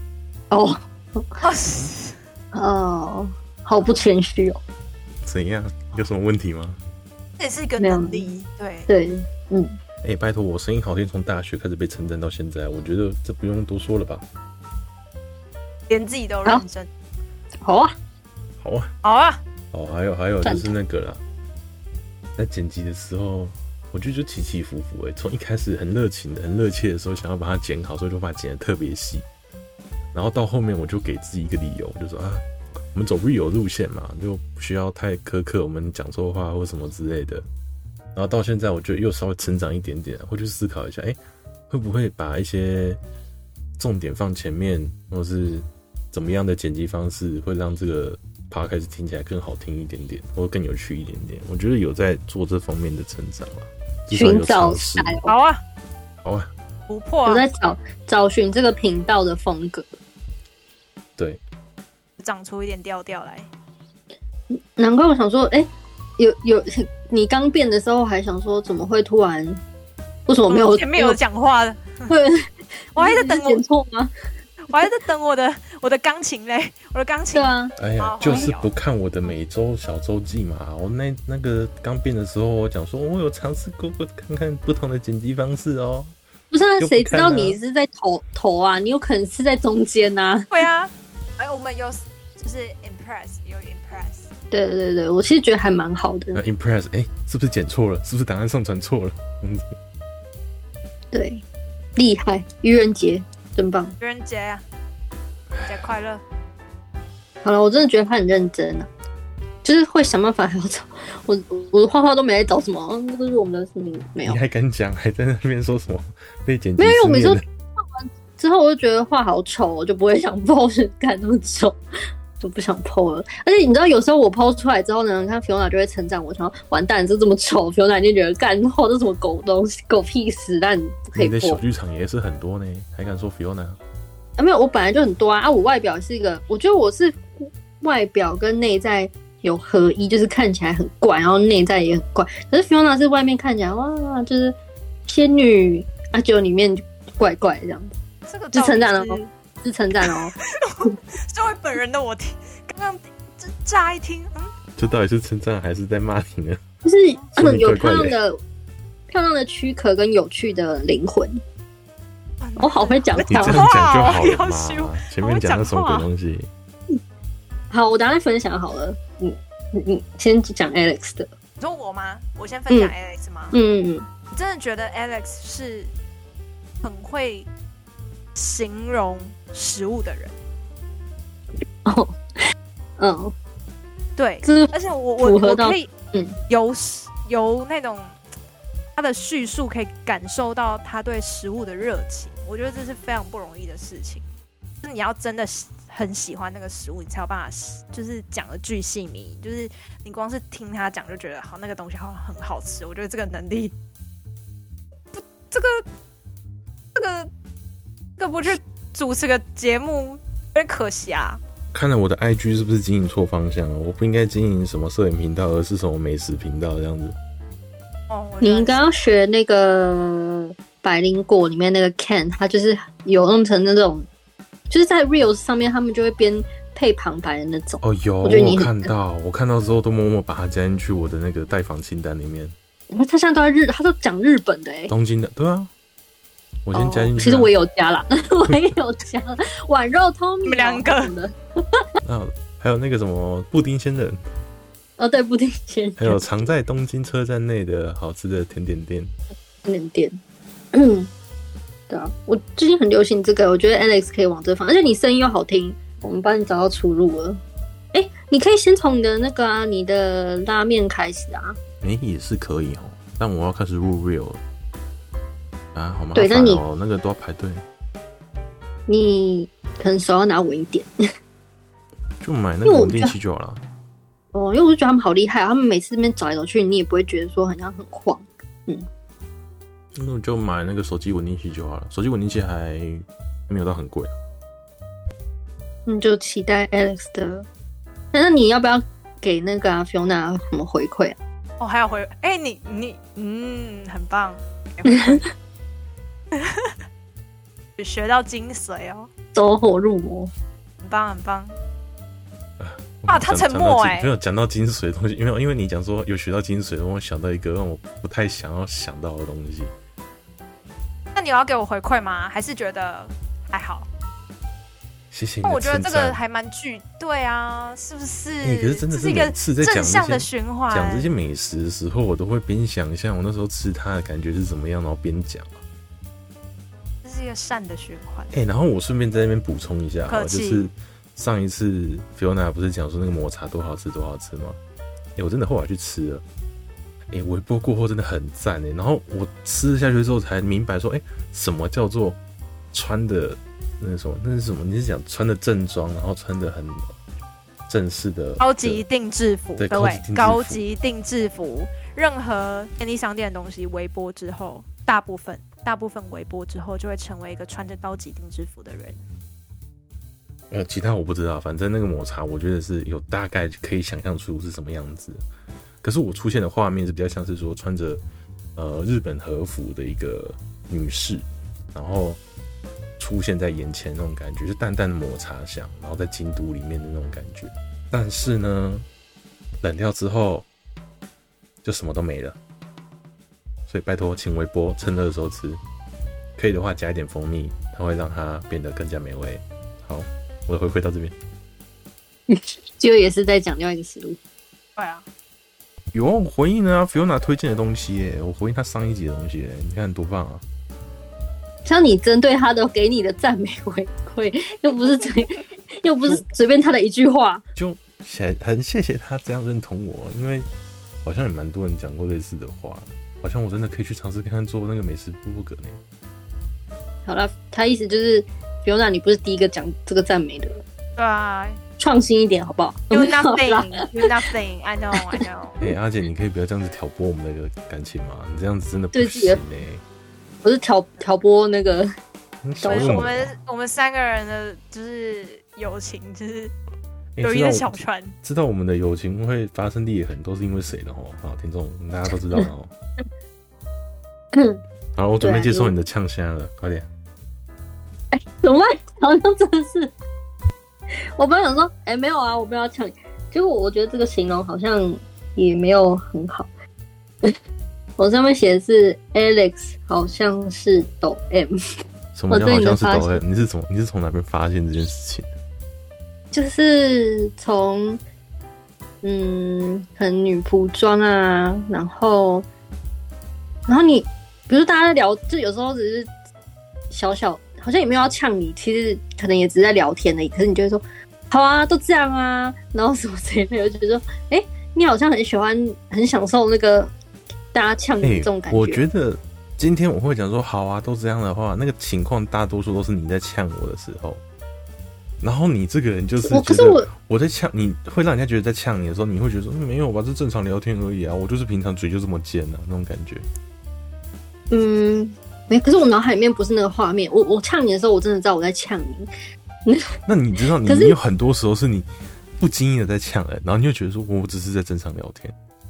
好不谦虚哦。 怎样？有什么问题吗？ 这也是一个能力，对， 拜托，我声音好听，从大学开始被称赞到现在，我觉得这不用多说了吧？ 连自己都认真。 好啊。 还有就是那个啦，在剪辑的时候，我觉得就起起伏伏从一开始很热情的、很热切的时候，想要把它剪好，所以就把它剪得特别细。然后到后面，我就给自己一个理由，就说我们走 real 路线嘛，就不需要太苛刻，我们讲错话或什么之类的。然后到现在，我觉得又稍微成长一点点，会去思考一下，会不会把一些重点放前面，或是怎么样的剪辑方式会让这个 podcast 听起来更好听一点点，或更有趣一点点。我觉得有在做这方面的成长了， 寻找才好啊， 不破有在找寻这个频道的风格。 对， 长出一点调调来。 难怪我想说，有你刚变的时候还想说，怎么会突然为什么没有前面有讲话的？我还在等剪错吗？ 我还在等我的钢琴嘞，我的钢琴。 对啊， 就是不看我的每周小周记嘛。我那个刚变的时候，我讲说我有尝试过看看不同的剪辑方式哦。 不是谁知道你是在头啊？你有可能是在中间啊。 对啊，我们有就是 impress 有 impress。 对对对，我其实觉得还蛮好的。 Impress， 是不是剪错了？是不是档案上传错了？ 对，厉害，愚人节真棒。 愚人节啊，愚人节快乐！ 好了，我真的觉得他很认真啊，就是会想办法还要找我的画画都没在找什么，这都是我们的没有。 你还敢讲？还在那边说什么被剪辑？ 没有，因为我每次画完之后，我就觉得画好丑，我就不会想 po， 看那么丑。就不想 po 了，而且你知道，有时候我 po 出来之后呢，看 Fiona 就会称赞我，说完蛋，这么丑 ，Fiona 就觉得干画这什么狗东西，狗屁事，但不可以 po。 你的小剧场也是很多呢，还敢说 Fiona？ 啊，没有，我本来就很多啊，我外表是一个，我觉得我是外表跟内在有合一，就是看起来很怪，然后内在也很怪。可是 Fiona 是外面看起来哇，就是仙女啊，结果里面怪怪这样子， 这个是称赞哦。是称赞哦， 作为本人的我听，刚刚这乍一听， 这到底是称赞还是在骂你呢？ 就是有漂亮的躯壳跟有趣的灵魂。我好会讲话， 你这样讲就好了嘛。前面讲的什么鬼东西？ 好，我等下再分享好了。你先讲 Alex 的。 你说我吗？我先分享 Alex 吗？ 你真的觉得 Alex 是很会形容食物的人。对，而且我可以由那种他的叙述可以感受到他对食物的热情，我觉得这是非常不容易的事情。就是你要真的很喜欢那个食物，你才有办法就是讲的巨细靡遗，就是你光是听他讲就觉得好，那个东西好像很好吃。我觉得这个能力，这个不去主持个节目有点可惜啊。 看来我的 IG 是不是经营错方向了？我不应该经营什么摄影频道，而是什么美食频道这样子。 你应该要学那个百灵果里面那个 Ken， 他就是有弄成那种，就是在 Reels 上面他们就会边配旁白的那种。 哦，有，我看到之后都默默把它加进去我的那个待访清单里面。 他现在他都讲日本的东京的，对啊。我先加进去。 其实我也有加啦，我也有加碗肉通米， 你们两个。 还有那个什么布丁仙人。 对，布丁仙人。 还有藏在东京车站内的好吃的甜点店。 对啊，我最近很流行这个，我觉得 Alex 可以往这方，而且你声音又好听，我们帮你找到出路了。你可以先从你的那个你的拉面开始啊。 也是可以但我要开始入 real 了。好麻烦对，那你那个都要排队。 你可能手要拿稳一点， 就买那个稳定器就好了。 因为我就觉得他们好厉害，他们每次那边走来走去，你也不会觉得说好像很晃。 那我就买那个手机稳定器就好了，手机稳定器还没有到很贵。 就期待 Alex 的。那你要不要给那个Fiona 什么回馈啊？ 还有回你很棒。学到精髓哦， 走火入魔， 很棒很棒。他沉默没有讲到精髓的东西，因为你讲说有学到精髓，让我想到一个让我不太想要想到的东西。 那你要给我回馈吗？还是觉得还好？ 谢谢你的称赞。 我觉得这个还蛮对啊，是不是？ 可是真的是一个正向的循环。 讲这些美食的时候，我都会边想象我那时候吃它的感觉是怎么样，然后边讲。 这是一个善的循环。 然后我顺便在那边补充一下，就是上一次 Fiona 不是讲说那个抹茶多好吃多好吃吗？我真的后来去吃了。微波过后真的很赞然后我吃下去之后才明白说，什么叫做穿的那是什么？你是讲穿的正装，然后穿的很正式的高级定制服？ 对， 高级定制服，任何便利商店的东西微波之后，大部分微波之后就会成为一个穿着高级定制服的人。 其他我不知道，反正那个抹茶我觉得是有大概可以想象出是什么样子。可是我出现的画面是比较像是说穿着日本和服的一个女士，然后出现在眼前那种感觉，就淡淡的抹茶香，然后在京都里面的那种感觉。但是呢，冷掉之后就什么都没了。所以拜托，请微波，趁热的时候吃。可以的话加一点蜂蜜，它会让它变得更加美味。好，我的回馈到这边。 就也是在讲另外一个思路。 对啊， 有啊，我回应了啊 Fiona 推荐的东西耶，我回应他上一集的东西耶，你看多棒啊！ 像你针对他的给你的赞美回馈，又不是随便他的一句话， 就很谢谢他这样认同我，因为好像也蛮多人讲过类似的话，好像我真的可以去尝试看看做那个美食部落格呢。 好了，他意思就是Fiona，你不是第一个讲这个赞美的， 对啊， 创新一点好不好 ？Do nothing, do nothing. I know, I know. 阿姐，你可以不要这样子挑拨我们的感情吗？你这样子真的不行哎。 我是挑拨那个， 我们三个人的就是友情，就是友谊的小船。 知道我们的友情会发生裂痕，都是因为谁的哦？好，听众大家都知道了哦。好，我准备接受你的呛虾了，快点。 怎么办？好像真的是。我本来想说，没有啊，我不要呛你。结果我觉得这个形容好像也没有很好。我上面写的是 Alex 好像是抖 M。 什么叫好像是抖 M？ 你是从哪边发现这件事情？ 就是从可能女仆装啊，然后你，比如大家在聊，就有时候只是小，好像也没有要呛你，其实可能也只是在聊天而已。可是你就会说，好啊，都这样啊，然后什么之类的，就觉得说，你好像很喜欢，很享受那个大家呛你这种感觉。 我觉得今天我会讲说，好啊，都这样的话，那个情况大多数都是你在呛我的时候。然后你这个人就是觉得我在呛你，会让人家觉得在呛你的时候，你会觉得说没有吧，这正常聊天而已啊，我就是平常嘴就这么贱啊，那种感觉。 可是我脑海里面不是那个画面。我呛你的时候，我真的知道我在呛你。 那你知道你有很多时候是你不经意的在呛人，然后你就觉得说我只是在正常聊天。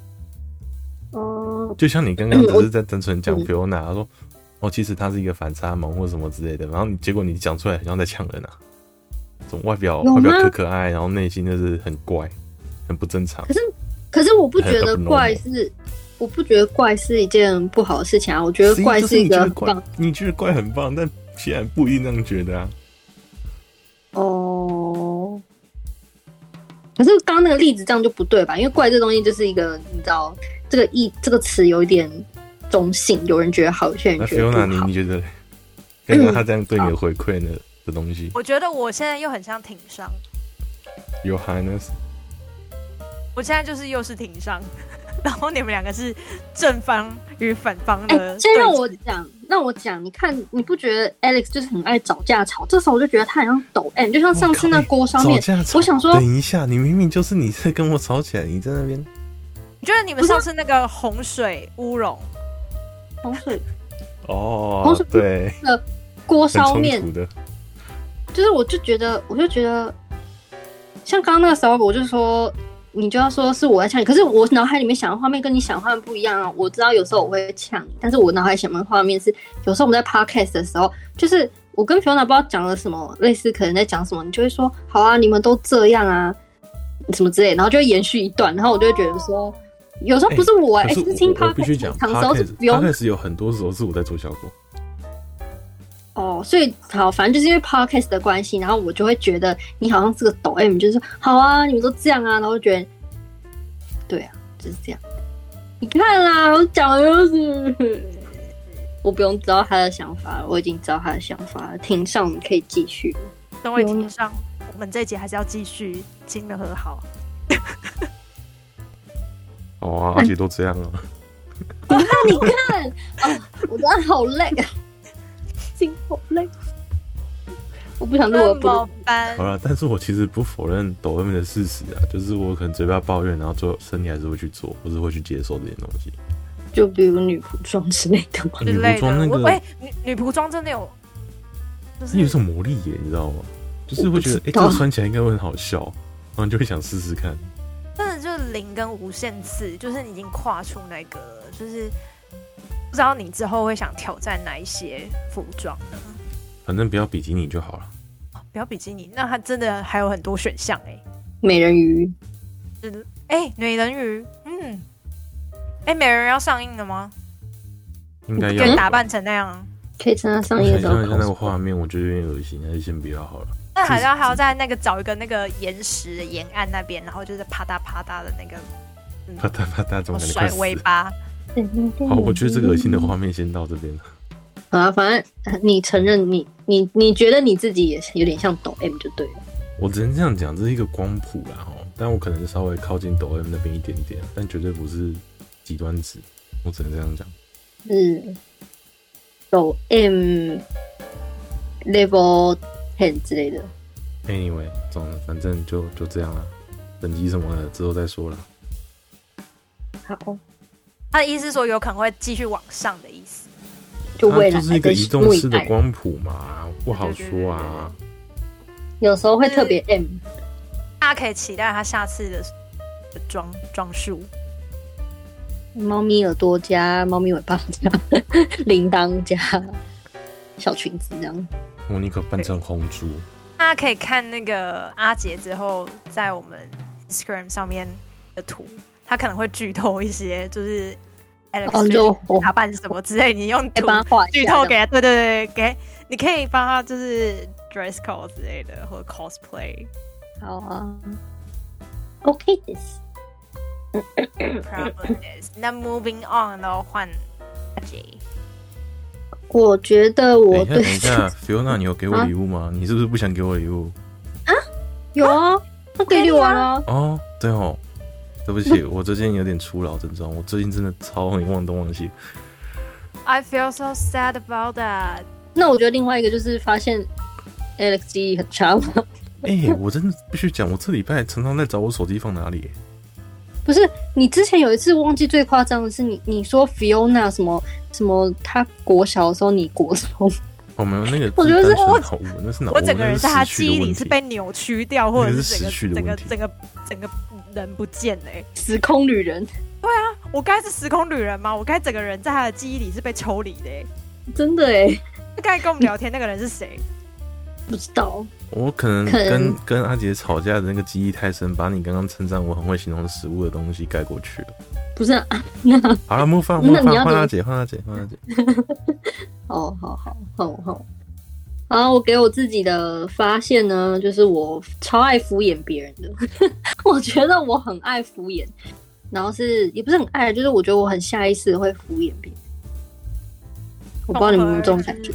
就像你刚刚只是在单纯讲 Fiona， 他说其实他是一个反差萌或什么之类的，然后结果你讲出来很像在呛人啊。这种外表可爱，然后内心就是很怪，很不正常。 可是我不觉得怪是，我不觉得怪是一件不好的事情啊。我觉得怪是一个很棒。 你觉得怪很棒，但其他人不一定那样觉得啊。 可是刚刚那个例子这样就不对吧？因为怪这东西就是一个，你知道，这个词有一点中性，有人觉得好，有些人觉得不好。 那 Fiona， 你觉得刚刚他这样对你的回馈呢？的东西， 我觉得我现在又很像挺商。 有 Highness， 我现在就是又是挺商，然后你们两个是正方与反方的。 先让我讲，你看，你不觉得 Alex 就是很爱找架吵？这时候我就觉得他很像抖 M， 就像上次那锅烧面。我想说， 等一下，你明明就是你在跟我吵起来，你在那边。 你觉得你们上次那个洪水乌龙， 洪水对， 锅烧面的。 就是我就觉得，像刚刚那个时候，我就说，你就要说是我在呛你，可是我脑海里面想的画面跟你想的画面不一样啊。我知道有时候我会呛你，但是我脑海想的画面是，有时候我们在 podcast 的时候，就是我跟 Fiona 不知道讲了什么，类似可能在讲什么，你就会说，好啊，你们都这样啊，什么之类的，然后就会延续一段，然后我就会觉得说，有时候不是我是听 podcast， 我必须讲 podcast 有很多时候是我在做效果。 所以好，反正就是因为 podcast 的关系，然后我就会觉得你好像是个抖 M， 就是说好啊，你们都这样啊，然后就觉得对啊，就是这样。你看啦，我讲的就是，我不用知道他的想法了，我已经知道他的想法了。庭上我们可以继续。 各位庭上，我们这一集还是要继续亲的和好。 阿姐都这样啊。 你看，我真的好累啊。心好累，我不想录了。 好了，但是我其实不否认抖 M 的事实啊，就是我可能嘴巴抱怨，然后最后身体还是会去做，或是会去接受这些东西。 就比如女仆装之类的嘛， 女仆装那个， 女仆装真的有， 就是有一种魔力耶，你知道吗？就是会觉得，这个穿起来应该会很好笑，然后你就会想试试看。 真的就是零跟无限次，就是你已经跨出那个，就是不知道你之后会想挑战哪一些服装呢？ 反正不要比基尼就好了。 不要比基尼，那它真的还有很多选项美人鱼， 美人鱼，美人鱼要上映了吗？ 应该要。 可以打扮成那样， 可以趁它上映的时候。 想象一下那个画面，我觉得有点恶心，还是先不要好了。 那还要在那个找一个那个岩石的沿岸那边，然后就是啪嗒啪嗒的那个啪嗒啪嗒，总感觉甩快死。 尾巴。 好，我觉得这个恶心的画面先到这边了。 好啊，反正你承认你觉得你自己也有点像抖 M 就对了。 我只能这样讲，这是一个光谱啦但我可能稍微靠近抖 M 那边一点点，但绝对不是极端值，我只能这样讲。 是抖 M level 10之类的。 Anyway， 反正就这样啦，等级什么的之后再说啦。 好， 他的意思是说有可能会继续往上的意思。 就未来它就是一个移动式的光谱嘛，不好说啊。 有时候会特别 M。 大家可以期待他下次的装束。 猫咪耳朵加猫咪尾巴加铃铛加小裙子这样。 莫妮可扮成红猪。 大家可以看那个阿杰之后在我们 Instagram 上面的图，他可能会剧透一些，就是 Alex 就打扮什么之类，你用图帮他画剧透给他，对，给你可以帮他就是 dress code 之类的，或者 cosplay。 好啊 ，OK this。 Problem is， 那 moving on 呢？换阿杰。 我觉得我对等一下，Fiona， 你有给我礼物吗？你是不是不想给我礼物？ 有啊，他给你玩了。 哦，对哦，对不起，我最近有点初老症状，我最近真的超容易忘东忘西。 I feel so sad about that。 那我觉得另外一个就是发现 Alex 记忆很差嘛。 我真的必须讲，我这礼拜常常在找我手机放哪里。 不是，你之前有一次忘记最夸张的是你说 Fiona 什么，他国小的时候你国中。 没有那个， 我觉得是那是脑雾， 我整个人在他记忆里是是被扭曲掉，或者是整个人不见嘞， 时空旅人。 对啊，我该是时空旅人吗？我该整个人在他的记忆里是被抽离的。 真的哎。 刚才跟我们聊天那个人是谁？ 不知道。 我可能跟阿杰吵架的那个记忆太深，把你刚刚称赞我很会形容食物的东西盖过去了。 不是啊，那好了，换阿杰。 哦，好，我给我自己的发现呢，就是我超爱敷衍别人的。我觉得我很爱敷衍，然后也不是很爱，就是我觉得我很下意识的会敷衍别人。我不知道你们有没有这种感觉，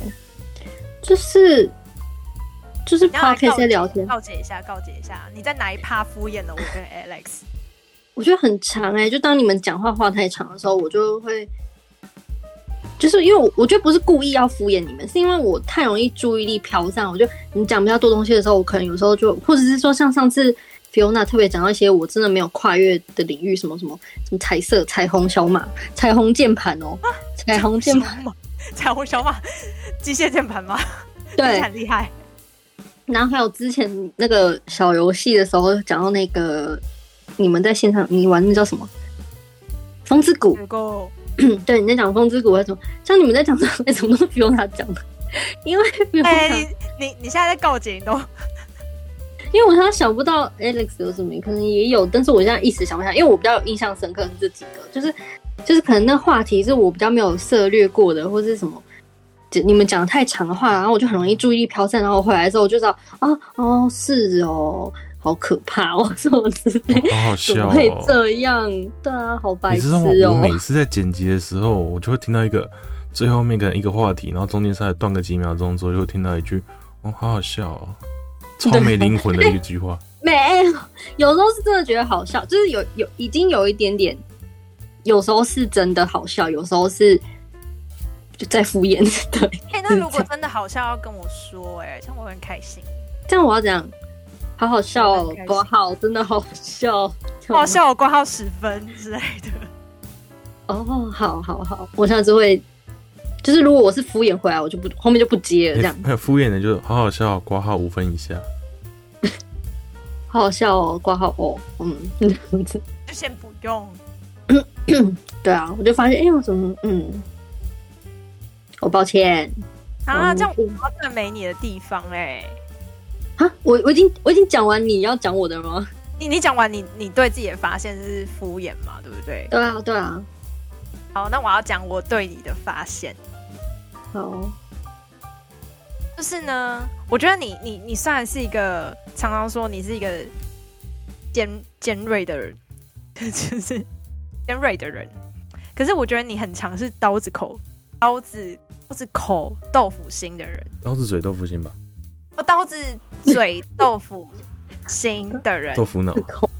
就是 podcast 在聊天， 告解一下，你在哪一趴敷衍了我跟 Alex？ 我觉得很长就当你们讲话太长的时候，我就会，就是因为我觉得不是故意要敷衍你们，是因为我太容易注意力飘散。我觉得你讲比较多东西的时候，我可能有时候就，或者是说像上次 Fiona 特别讲到一些我真的没有跨越的领域，什么彩色、彩虹小马、彩虹键盘彩虹键盘、 彩虹小马、机械键盘吗？ 对， 很厉害。 然后还有之前那个小游戏的时候，讲到那个你们在线上你玩那叫什么风之谷？对，你在讲风之谷，为什么像你们在讲为什么都不用他讲的？因为你现在在告解，你都因为我现在想不到 Alex 有什么，可能也有，但是我现在一时想不起来，因为我比较有印象深刻是这几个，就是可能那话题是我比较没有涉略过的，或是什么。你们讲的太长的话，然后我就很容易注意力飘散，然后我回来之后我就知道是好可怕什么之类， 好好笑怎么会这样？对啊，好白痴你知道吗？我每次在剪辑的时候，我就会听到一个最后面可能一个话题，然后中间稍微断个几秒钟之后，就会听到一句好好笑超没灵魂的一句话。 没有时候是真的觉得好笑，就是已经有一点点，有时候是真的好笑，有时候是就在敷衍。对， 那如果真的好笑，要跟我说，这样我会很开心。 这样我要讲，好笑挂号，真的好笑， 好笑，我挂号10分之类的。 好，我下次会，就是如果我是敷衍回来，我就不后面就不接了，这样。 敷衍的就好笑，挂号5分以下。 好笑挂号就先不用。 对啊，我就发现，我怎么我抱歉啊，这样我要赞美你的地方我已经讲完你要讲我的吗？ 你讲完你对自己的发现是敷衍嘛，对不对？ 对啊。 好，那我要讲我对你的发现。 好， 就是呢，我觉得你虽然是一个常常说你是一个尖锐的人，就是尖锐的人，可是我觉得你很常是刀子口豆腐心的人。 刀子嘴豆腐心吧？ 刀子嘴豆腐心的人。 豆腐脑。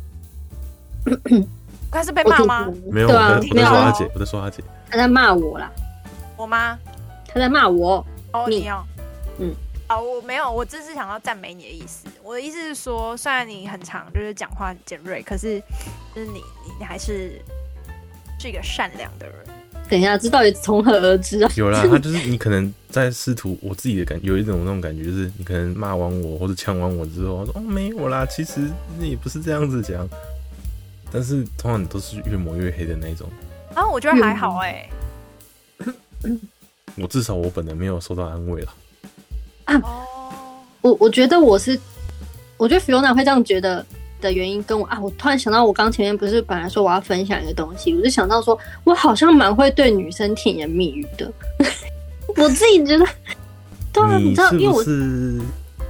他是被骂吗？ 没有， 对啊， 我在说阿姐，我在说阿姐。 他在骂我啦。 我吗？ 他在骂我。 哦，你哦。我没有，我只是想要赞美你的意思。我的意思是说，虽然你很常就是讲话很尖锐，可是就是你还是一个善良的人。 等一下，这到底从何而知啊？ 有啦，他就是你可能在试图，我自己的感觉有一种那种感觉，就是你可能骂完我或者呛完我之后，说没有啦，其实也不是这样子讲。但是通常都是越抹越黑的那种。 啊，我觉得还好我至少我本人没有受到安慰啦。 我觉得我觉得 Fiona 会这样觉得的原因跟我突然想到，我刚前面不是本来说我要分享一个东西，我就想到说我好像蛮会对女生甜言蜜语的。我自己觉得，对啊，你知道，因为我是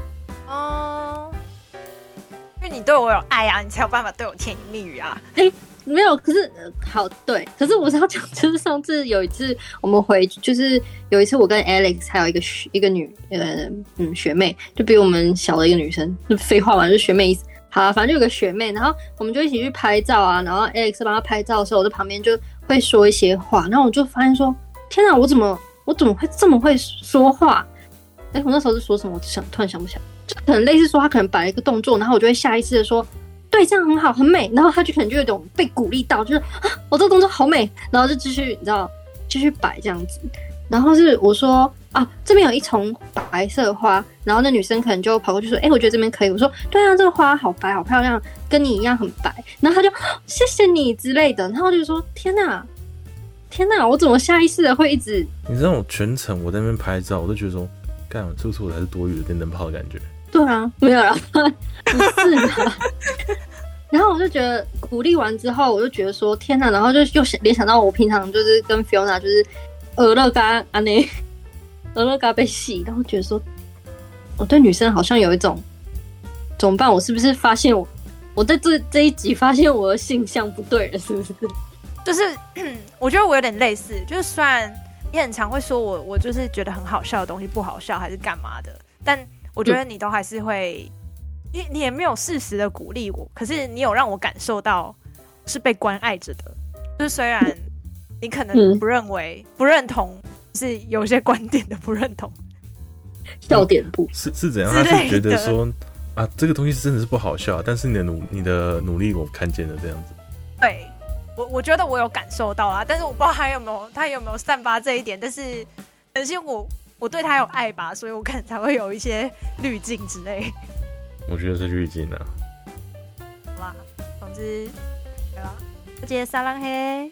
因为你对我有爱啊，你才有办法对我甜言蜜语啊。 没有，可是好对，可是我是要讲，就是上次有一次我们就是有一次我跟 Alex 还有一个女学妹，就比我们小的一个女生，就废话嘛，就是学妹意思。好啊，反正就有个学妹，然后我们就一起去拍照啊，然后 Alex 帮她拍照的时候，我在旁边就会说一些话，然后我就发现说，天哪，我怎么会这么会说话？我那时候是说什么？我突然想不起来，就可能类似说他可能摆了一个动作，然后我就会下意识的说。对，这样很好，很美。然后他就可能就有种被鼓励到，就是我这个动作好美，然后就继续，你知道，继续摆这样子。然后是我说这边有一丛白色的花，然后那女生可能就跑过去说，我觉得这边可以。我说，对啊，这个花好白，好漂亮，跟你一样很白。然后他就谢谢你之类的。然后就说，天哪，我怎么下意识的会一直？ 你知道我全程我在那边拍照，我都觉得说，干，是不是我才是多余的电灯泡的感觉？ 对啊，没有啦，不是的。然后我就觉得鼓励完之后，我就觉得说天哪，然后就又联想到我平常就是跟 Fiona 就是俄勒嘎被戏，然后觉得说我对女生好像有一种怎么办？我是不是发现我在这一集发现我的性向不对了，是不是？ 就是我觉得我有点类似，就是虽然你很常会说我就是觉得很好笑的东西不好笑还是干嘛的，但我觉得你都还是会，你也没有适时的鼓励我，可是你有让我感受到是被关爱着的。就是虽然你可能不认同，是有些观点的不认同， 笑点不是怎样？他是觉得说这个东西真的是不好笑，但是你的努力我看见了这样子。 对，我觉得我有感受到啊，但是我不知道他有没有散发这一点，但是可能我对他有爱吧，所以我可能才会有一些滤镜之类。 我觉得是滤镜啊。 好啦，总之，对吧？我觉得撒浪嘿，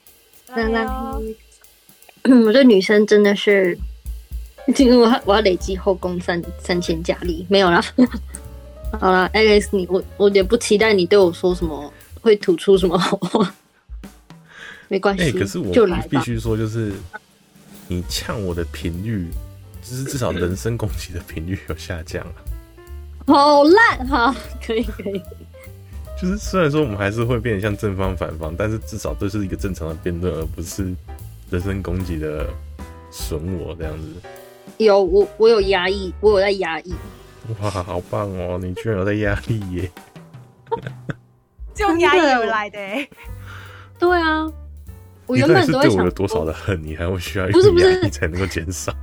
我觉得女生真的是，因为我要累积后宫3000佳丽，没有啦。好啦 ，Alex， 我也不期待你对我说什么，会吐出什么好话。没关系， 可是我必须说，就是你呛我的频率，就是至少人身攻击的频率有下降啊。 好烂哈，可以。 就是虽然说我们还是会变得像正方反方，但是至少这是一个正常的辩论，而不是人身攻击的损我这样子。 有我有压抑，我有在压抑。 哇，好棒哦！你居然有在压力耶！ 是用压抑而来的欸。 对啊，我原本都会想， 你到底是对我有多少的恨，你还会需要用压力才能够减少？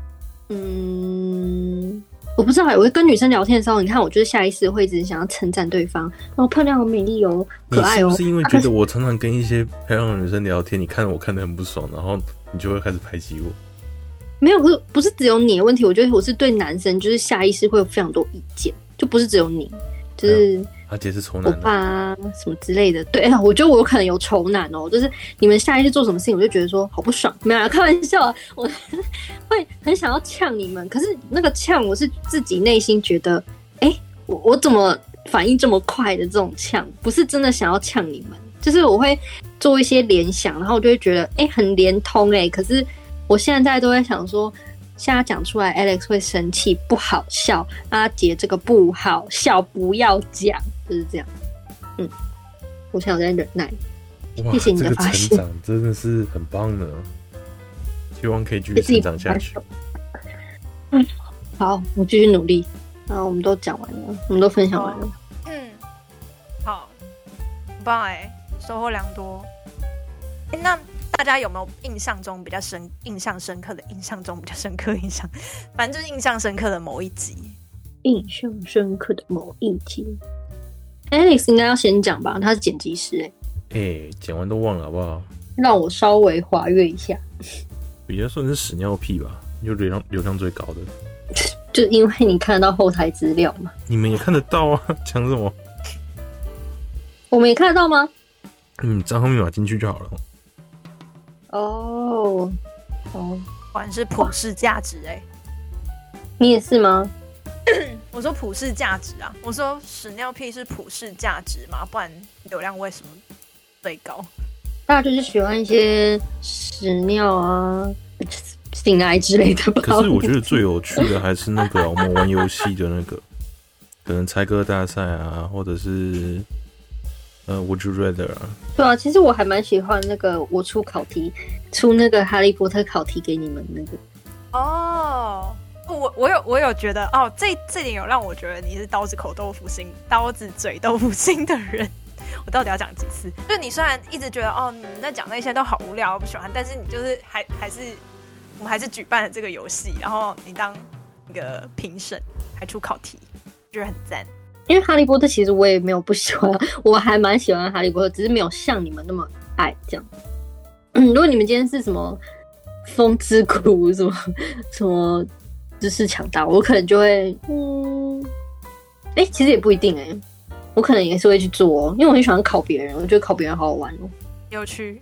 我不知道，我跟女生聊天的时候，你看我就是下意识会一直想要称赞对方，然后漂亮哦、美丽哦、可爱哦。 你是不是因为觉得我常常跟一些漂亮的女生聊天，你看我看得很不爽，然后你就会开始排挤我？ 没有，不是只有你的问题，我觉得我是对男生就是下意识会有非常多意见，就不是只有你，就是阿姐是丑男， 我爸什么之类的。对啊，我觉得我有可能有丑男哦，就是你们下意识做什么事情，我就觉得说好不爽。没有啦，开玩笑啊，我会很想要呛你们，可是那个呛我是自己内心觉得，我怎么反应这么快的这种呛，不是真的想要呛你们，就是我会做一些联想，然后我就会觉得很连通可是我现在都会想说，现在讲出来 Alex 会生气，不好笑，阿杰这个不好笑，不要讲，就是这样。我现在有在忍耐。 哇， 谢谢你这个成的发现， 长真的是很棒呢，希望可以继续成长下去。 好，我继续努力。然后我们都讲完了，我们都分享完了。 好，很棒哎，收获良多。那大家有没有印象中比较印象深刻的反正就是印象深刻的某一集？ 印象深刻的某一集 ，Alex 应该要先讲吧，他是剪辑师讲完都忘了好不好？ 让我稍微滑跃一下。 比较算是屎尿屁吧，就流量最高的。 就因为你看得到后台资料嘛， 你们也看得到啊，讲什么？ 我们也看得到吗？ 账号密码进去就好了。 哦， 果然是普世价值你也是吗？ 我说普世价值啊，我说屎尿屁是普世价值嘛，不然流量为什么最高？ 大家就是喜欢一些屎尿啊、性爱之类的吧。 可是我觉得最有趣的还是那个我们玩游戏的那个，可能猜歌大赛啊，或者是Would you rather 啊？ 对啊，其实我还蛮喜欢那个我出考题，出那个哈利波特考题给你们那个。 哦，我有觉得哦，这点有让我觉得你是刀子口豆腐心，刀子嘴豆腐心的人。我到底要讲几次？就你虽然一直觉得哦，你们在讲那些都好无聊，我不喜欢，但是你就是我们还是举办了这个游戏，然后你当那个评审，还出考题，觉得很赞。 因为哈利波特其实我也没有不喜欢，我还蛮喜欢哈利波特，只是没有像你们那么爱这样。如果你们今天是什么风之谷什么知识强大，我可能就会其实也不一定我可能也是会去做因为我很喜欢考别人，我觉得考别人好好玩有趣。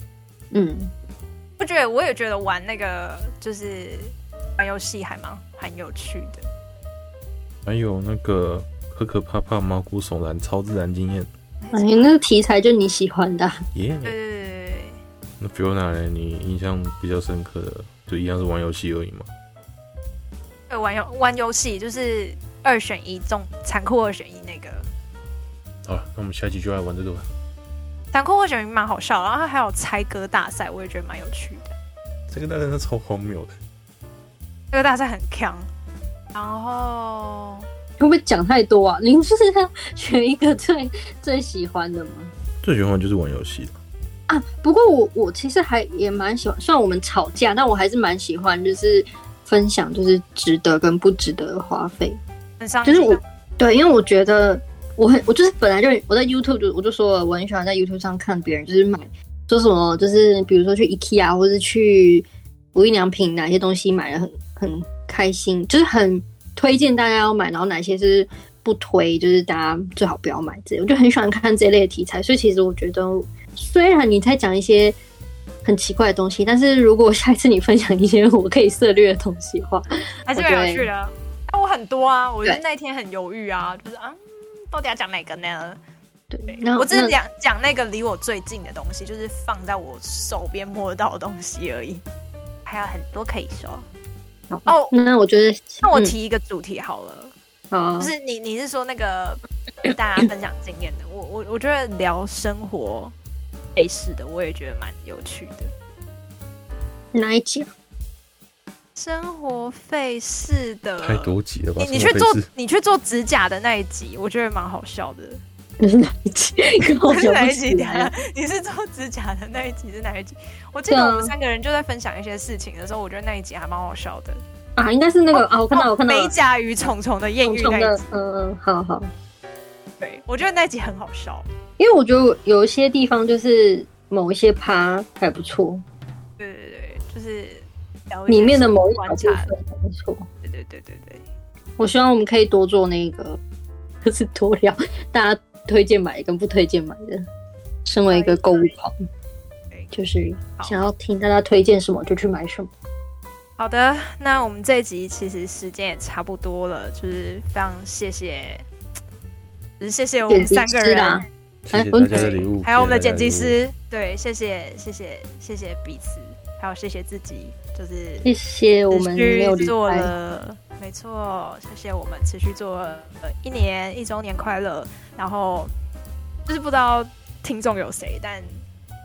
我也觉得玩那个就是玩游戏还蛮有趣的。 还有那个可可怕怕毛骨悚然超自然经验， 那个题材就你喜欢的耶。 对。 那 Fiona 呢？你印象比较深刻的，就一样是玩游戏而已嘛？ 对，玩游戏就是2选1中残酷2选1那个。 好了，那我们下期就来玩这个吧。 残酷2选1蛮好笑，然后还有猜歌大赛，我也觉得蛮有趣的。 这个大赛超荒谬的， 这个大赛很强，然后会不会讲太多啊？您是要选一个最喜欢的吗？ 最喜欢的就是玩游戏啊，不过我其实也蛮喜欢，虽然我们吵架，但我还是蛮喜欢，就是分享就是值得跟不值得的花费。 很伤心。 就是对，因为我觉得我就是本来就我在 YouTube 我就说了，我很喜欢在 YouTube 上看别人就是买说什么，就是比如说去 IKEA 或是去无印良品哪些东西买的很开心，就是很推荐大家要买，然后哪些是不推，就是大家最好不要买这类。我就很喜欢看这类的题材，所以其实我觉得，虽然你在讲一些很奇怪的东西，但是如果下一次你分享一些我可以涉猎的东西的话， 还是蛮有趣的。我很多啊，我觉得那天很犹豫啊，就是到底要讲哪个呢？对，我只是讲那个离我最近的东西，就是放在我手边摸得到的东西而已，还有很多可以说。 哦，那我觉得， 那我提一个主题好了，就是你是说那个大家分享经验的，我觉得聊生活类似的，我也觉得蛮有趣的。 哪一集？ 生活费事的太多集了吧？ 你去做指甲的那一集，我觉得蛮好笑的。 那是哪一集？ 是哪一集？你是做指甲的那一集是哪一集？我记得我们3个人就在分享一些事情的时候，我觉得那一集还蛮好笑的啊。应该是那个我看到美甲与虫虫的艳遇那一集。 好。 对，我觉得那一集很好笑， 因为我觉得有一些地方就是某一些趴还不错。 对，就是里面的某一小部分还不错。 对。 我希望我们可以多做那个，就是多聊大家推荐买跟不推荐买的。身为一个购物狂，就是想要听大家推荐什么就去买什么。 好的，那我们这一集其实时间也差不多了，就是非常谢谢我们3个人， 谢谢大家的礼物， 还有我们的剪辑师，对，谢谢彼此，还有谢谢自己，就是谢谢我们没有做了，没错，谢谢我们持续做了1年，1周年快乐。然后就是不知道听众有谁，但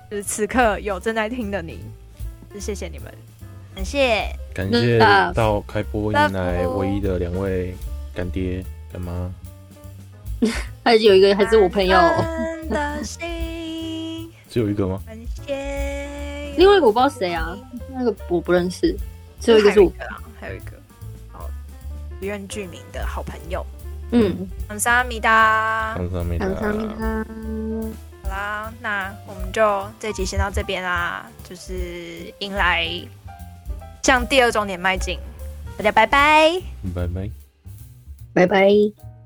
就是此刻有正在听的你，就谢谢你们，感谢。 感谢到开播以来唯一的2位干爹干妈， 还有一个还是我朋友， 的心只有一个吗？ 感谢。 另外一个我不知道谁啊，那个我不认识，只有一个是我， 还有一个好原住民的好朋友。 감 사합니다。 감사합니다。 好啦，那我们就这集先到这边啦，就是迎来向第2周年迈进，大家拜拜， 拜拜， 拜拜。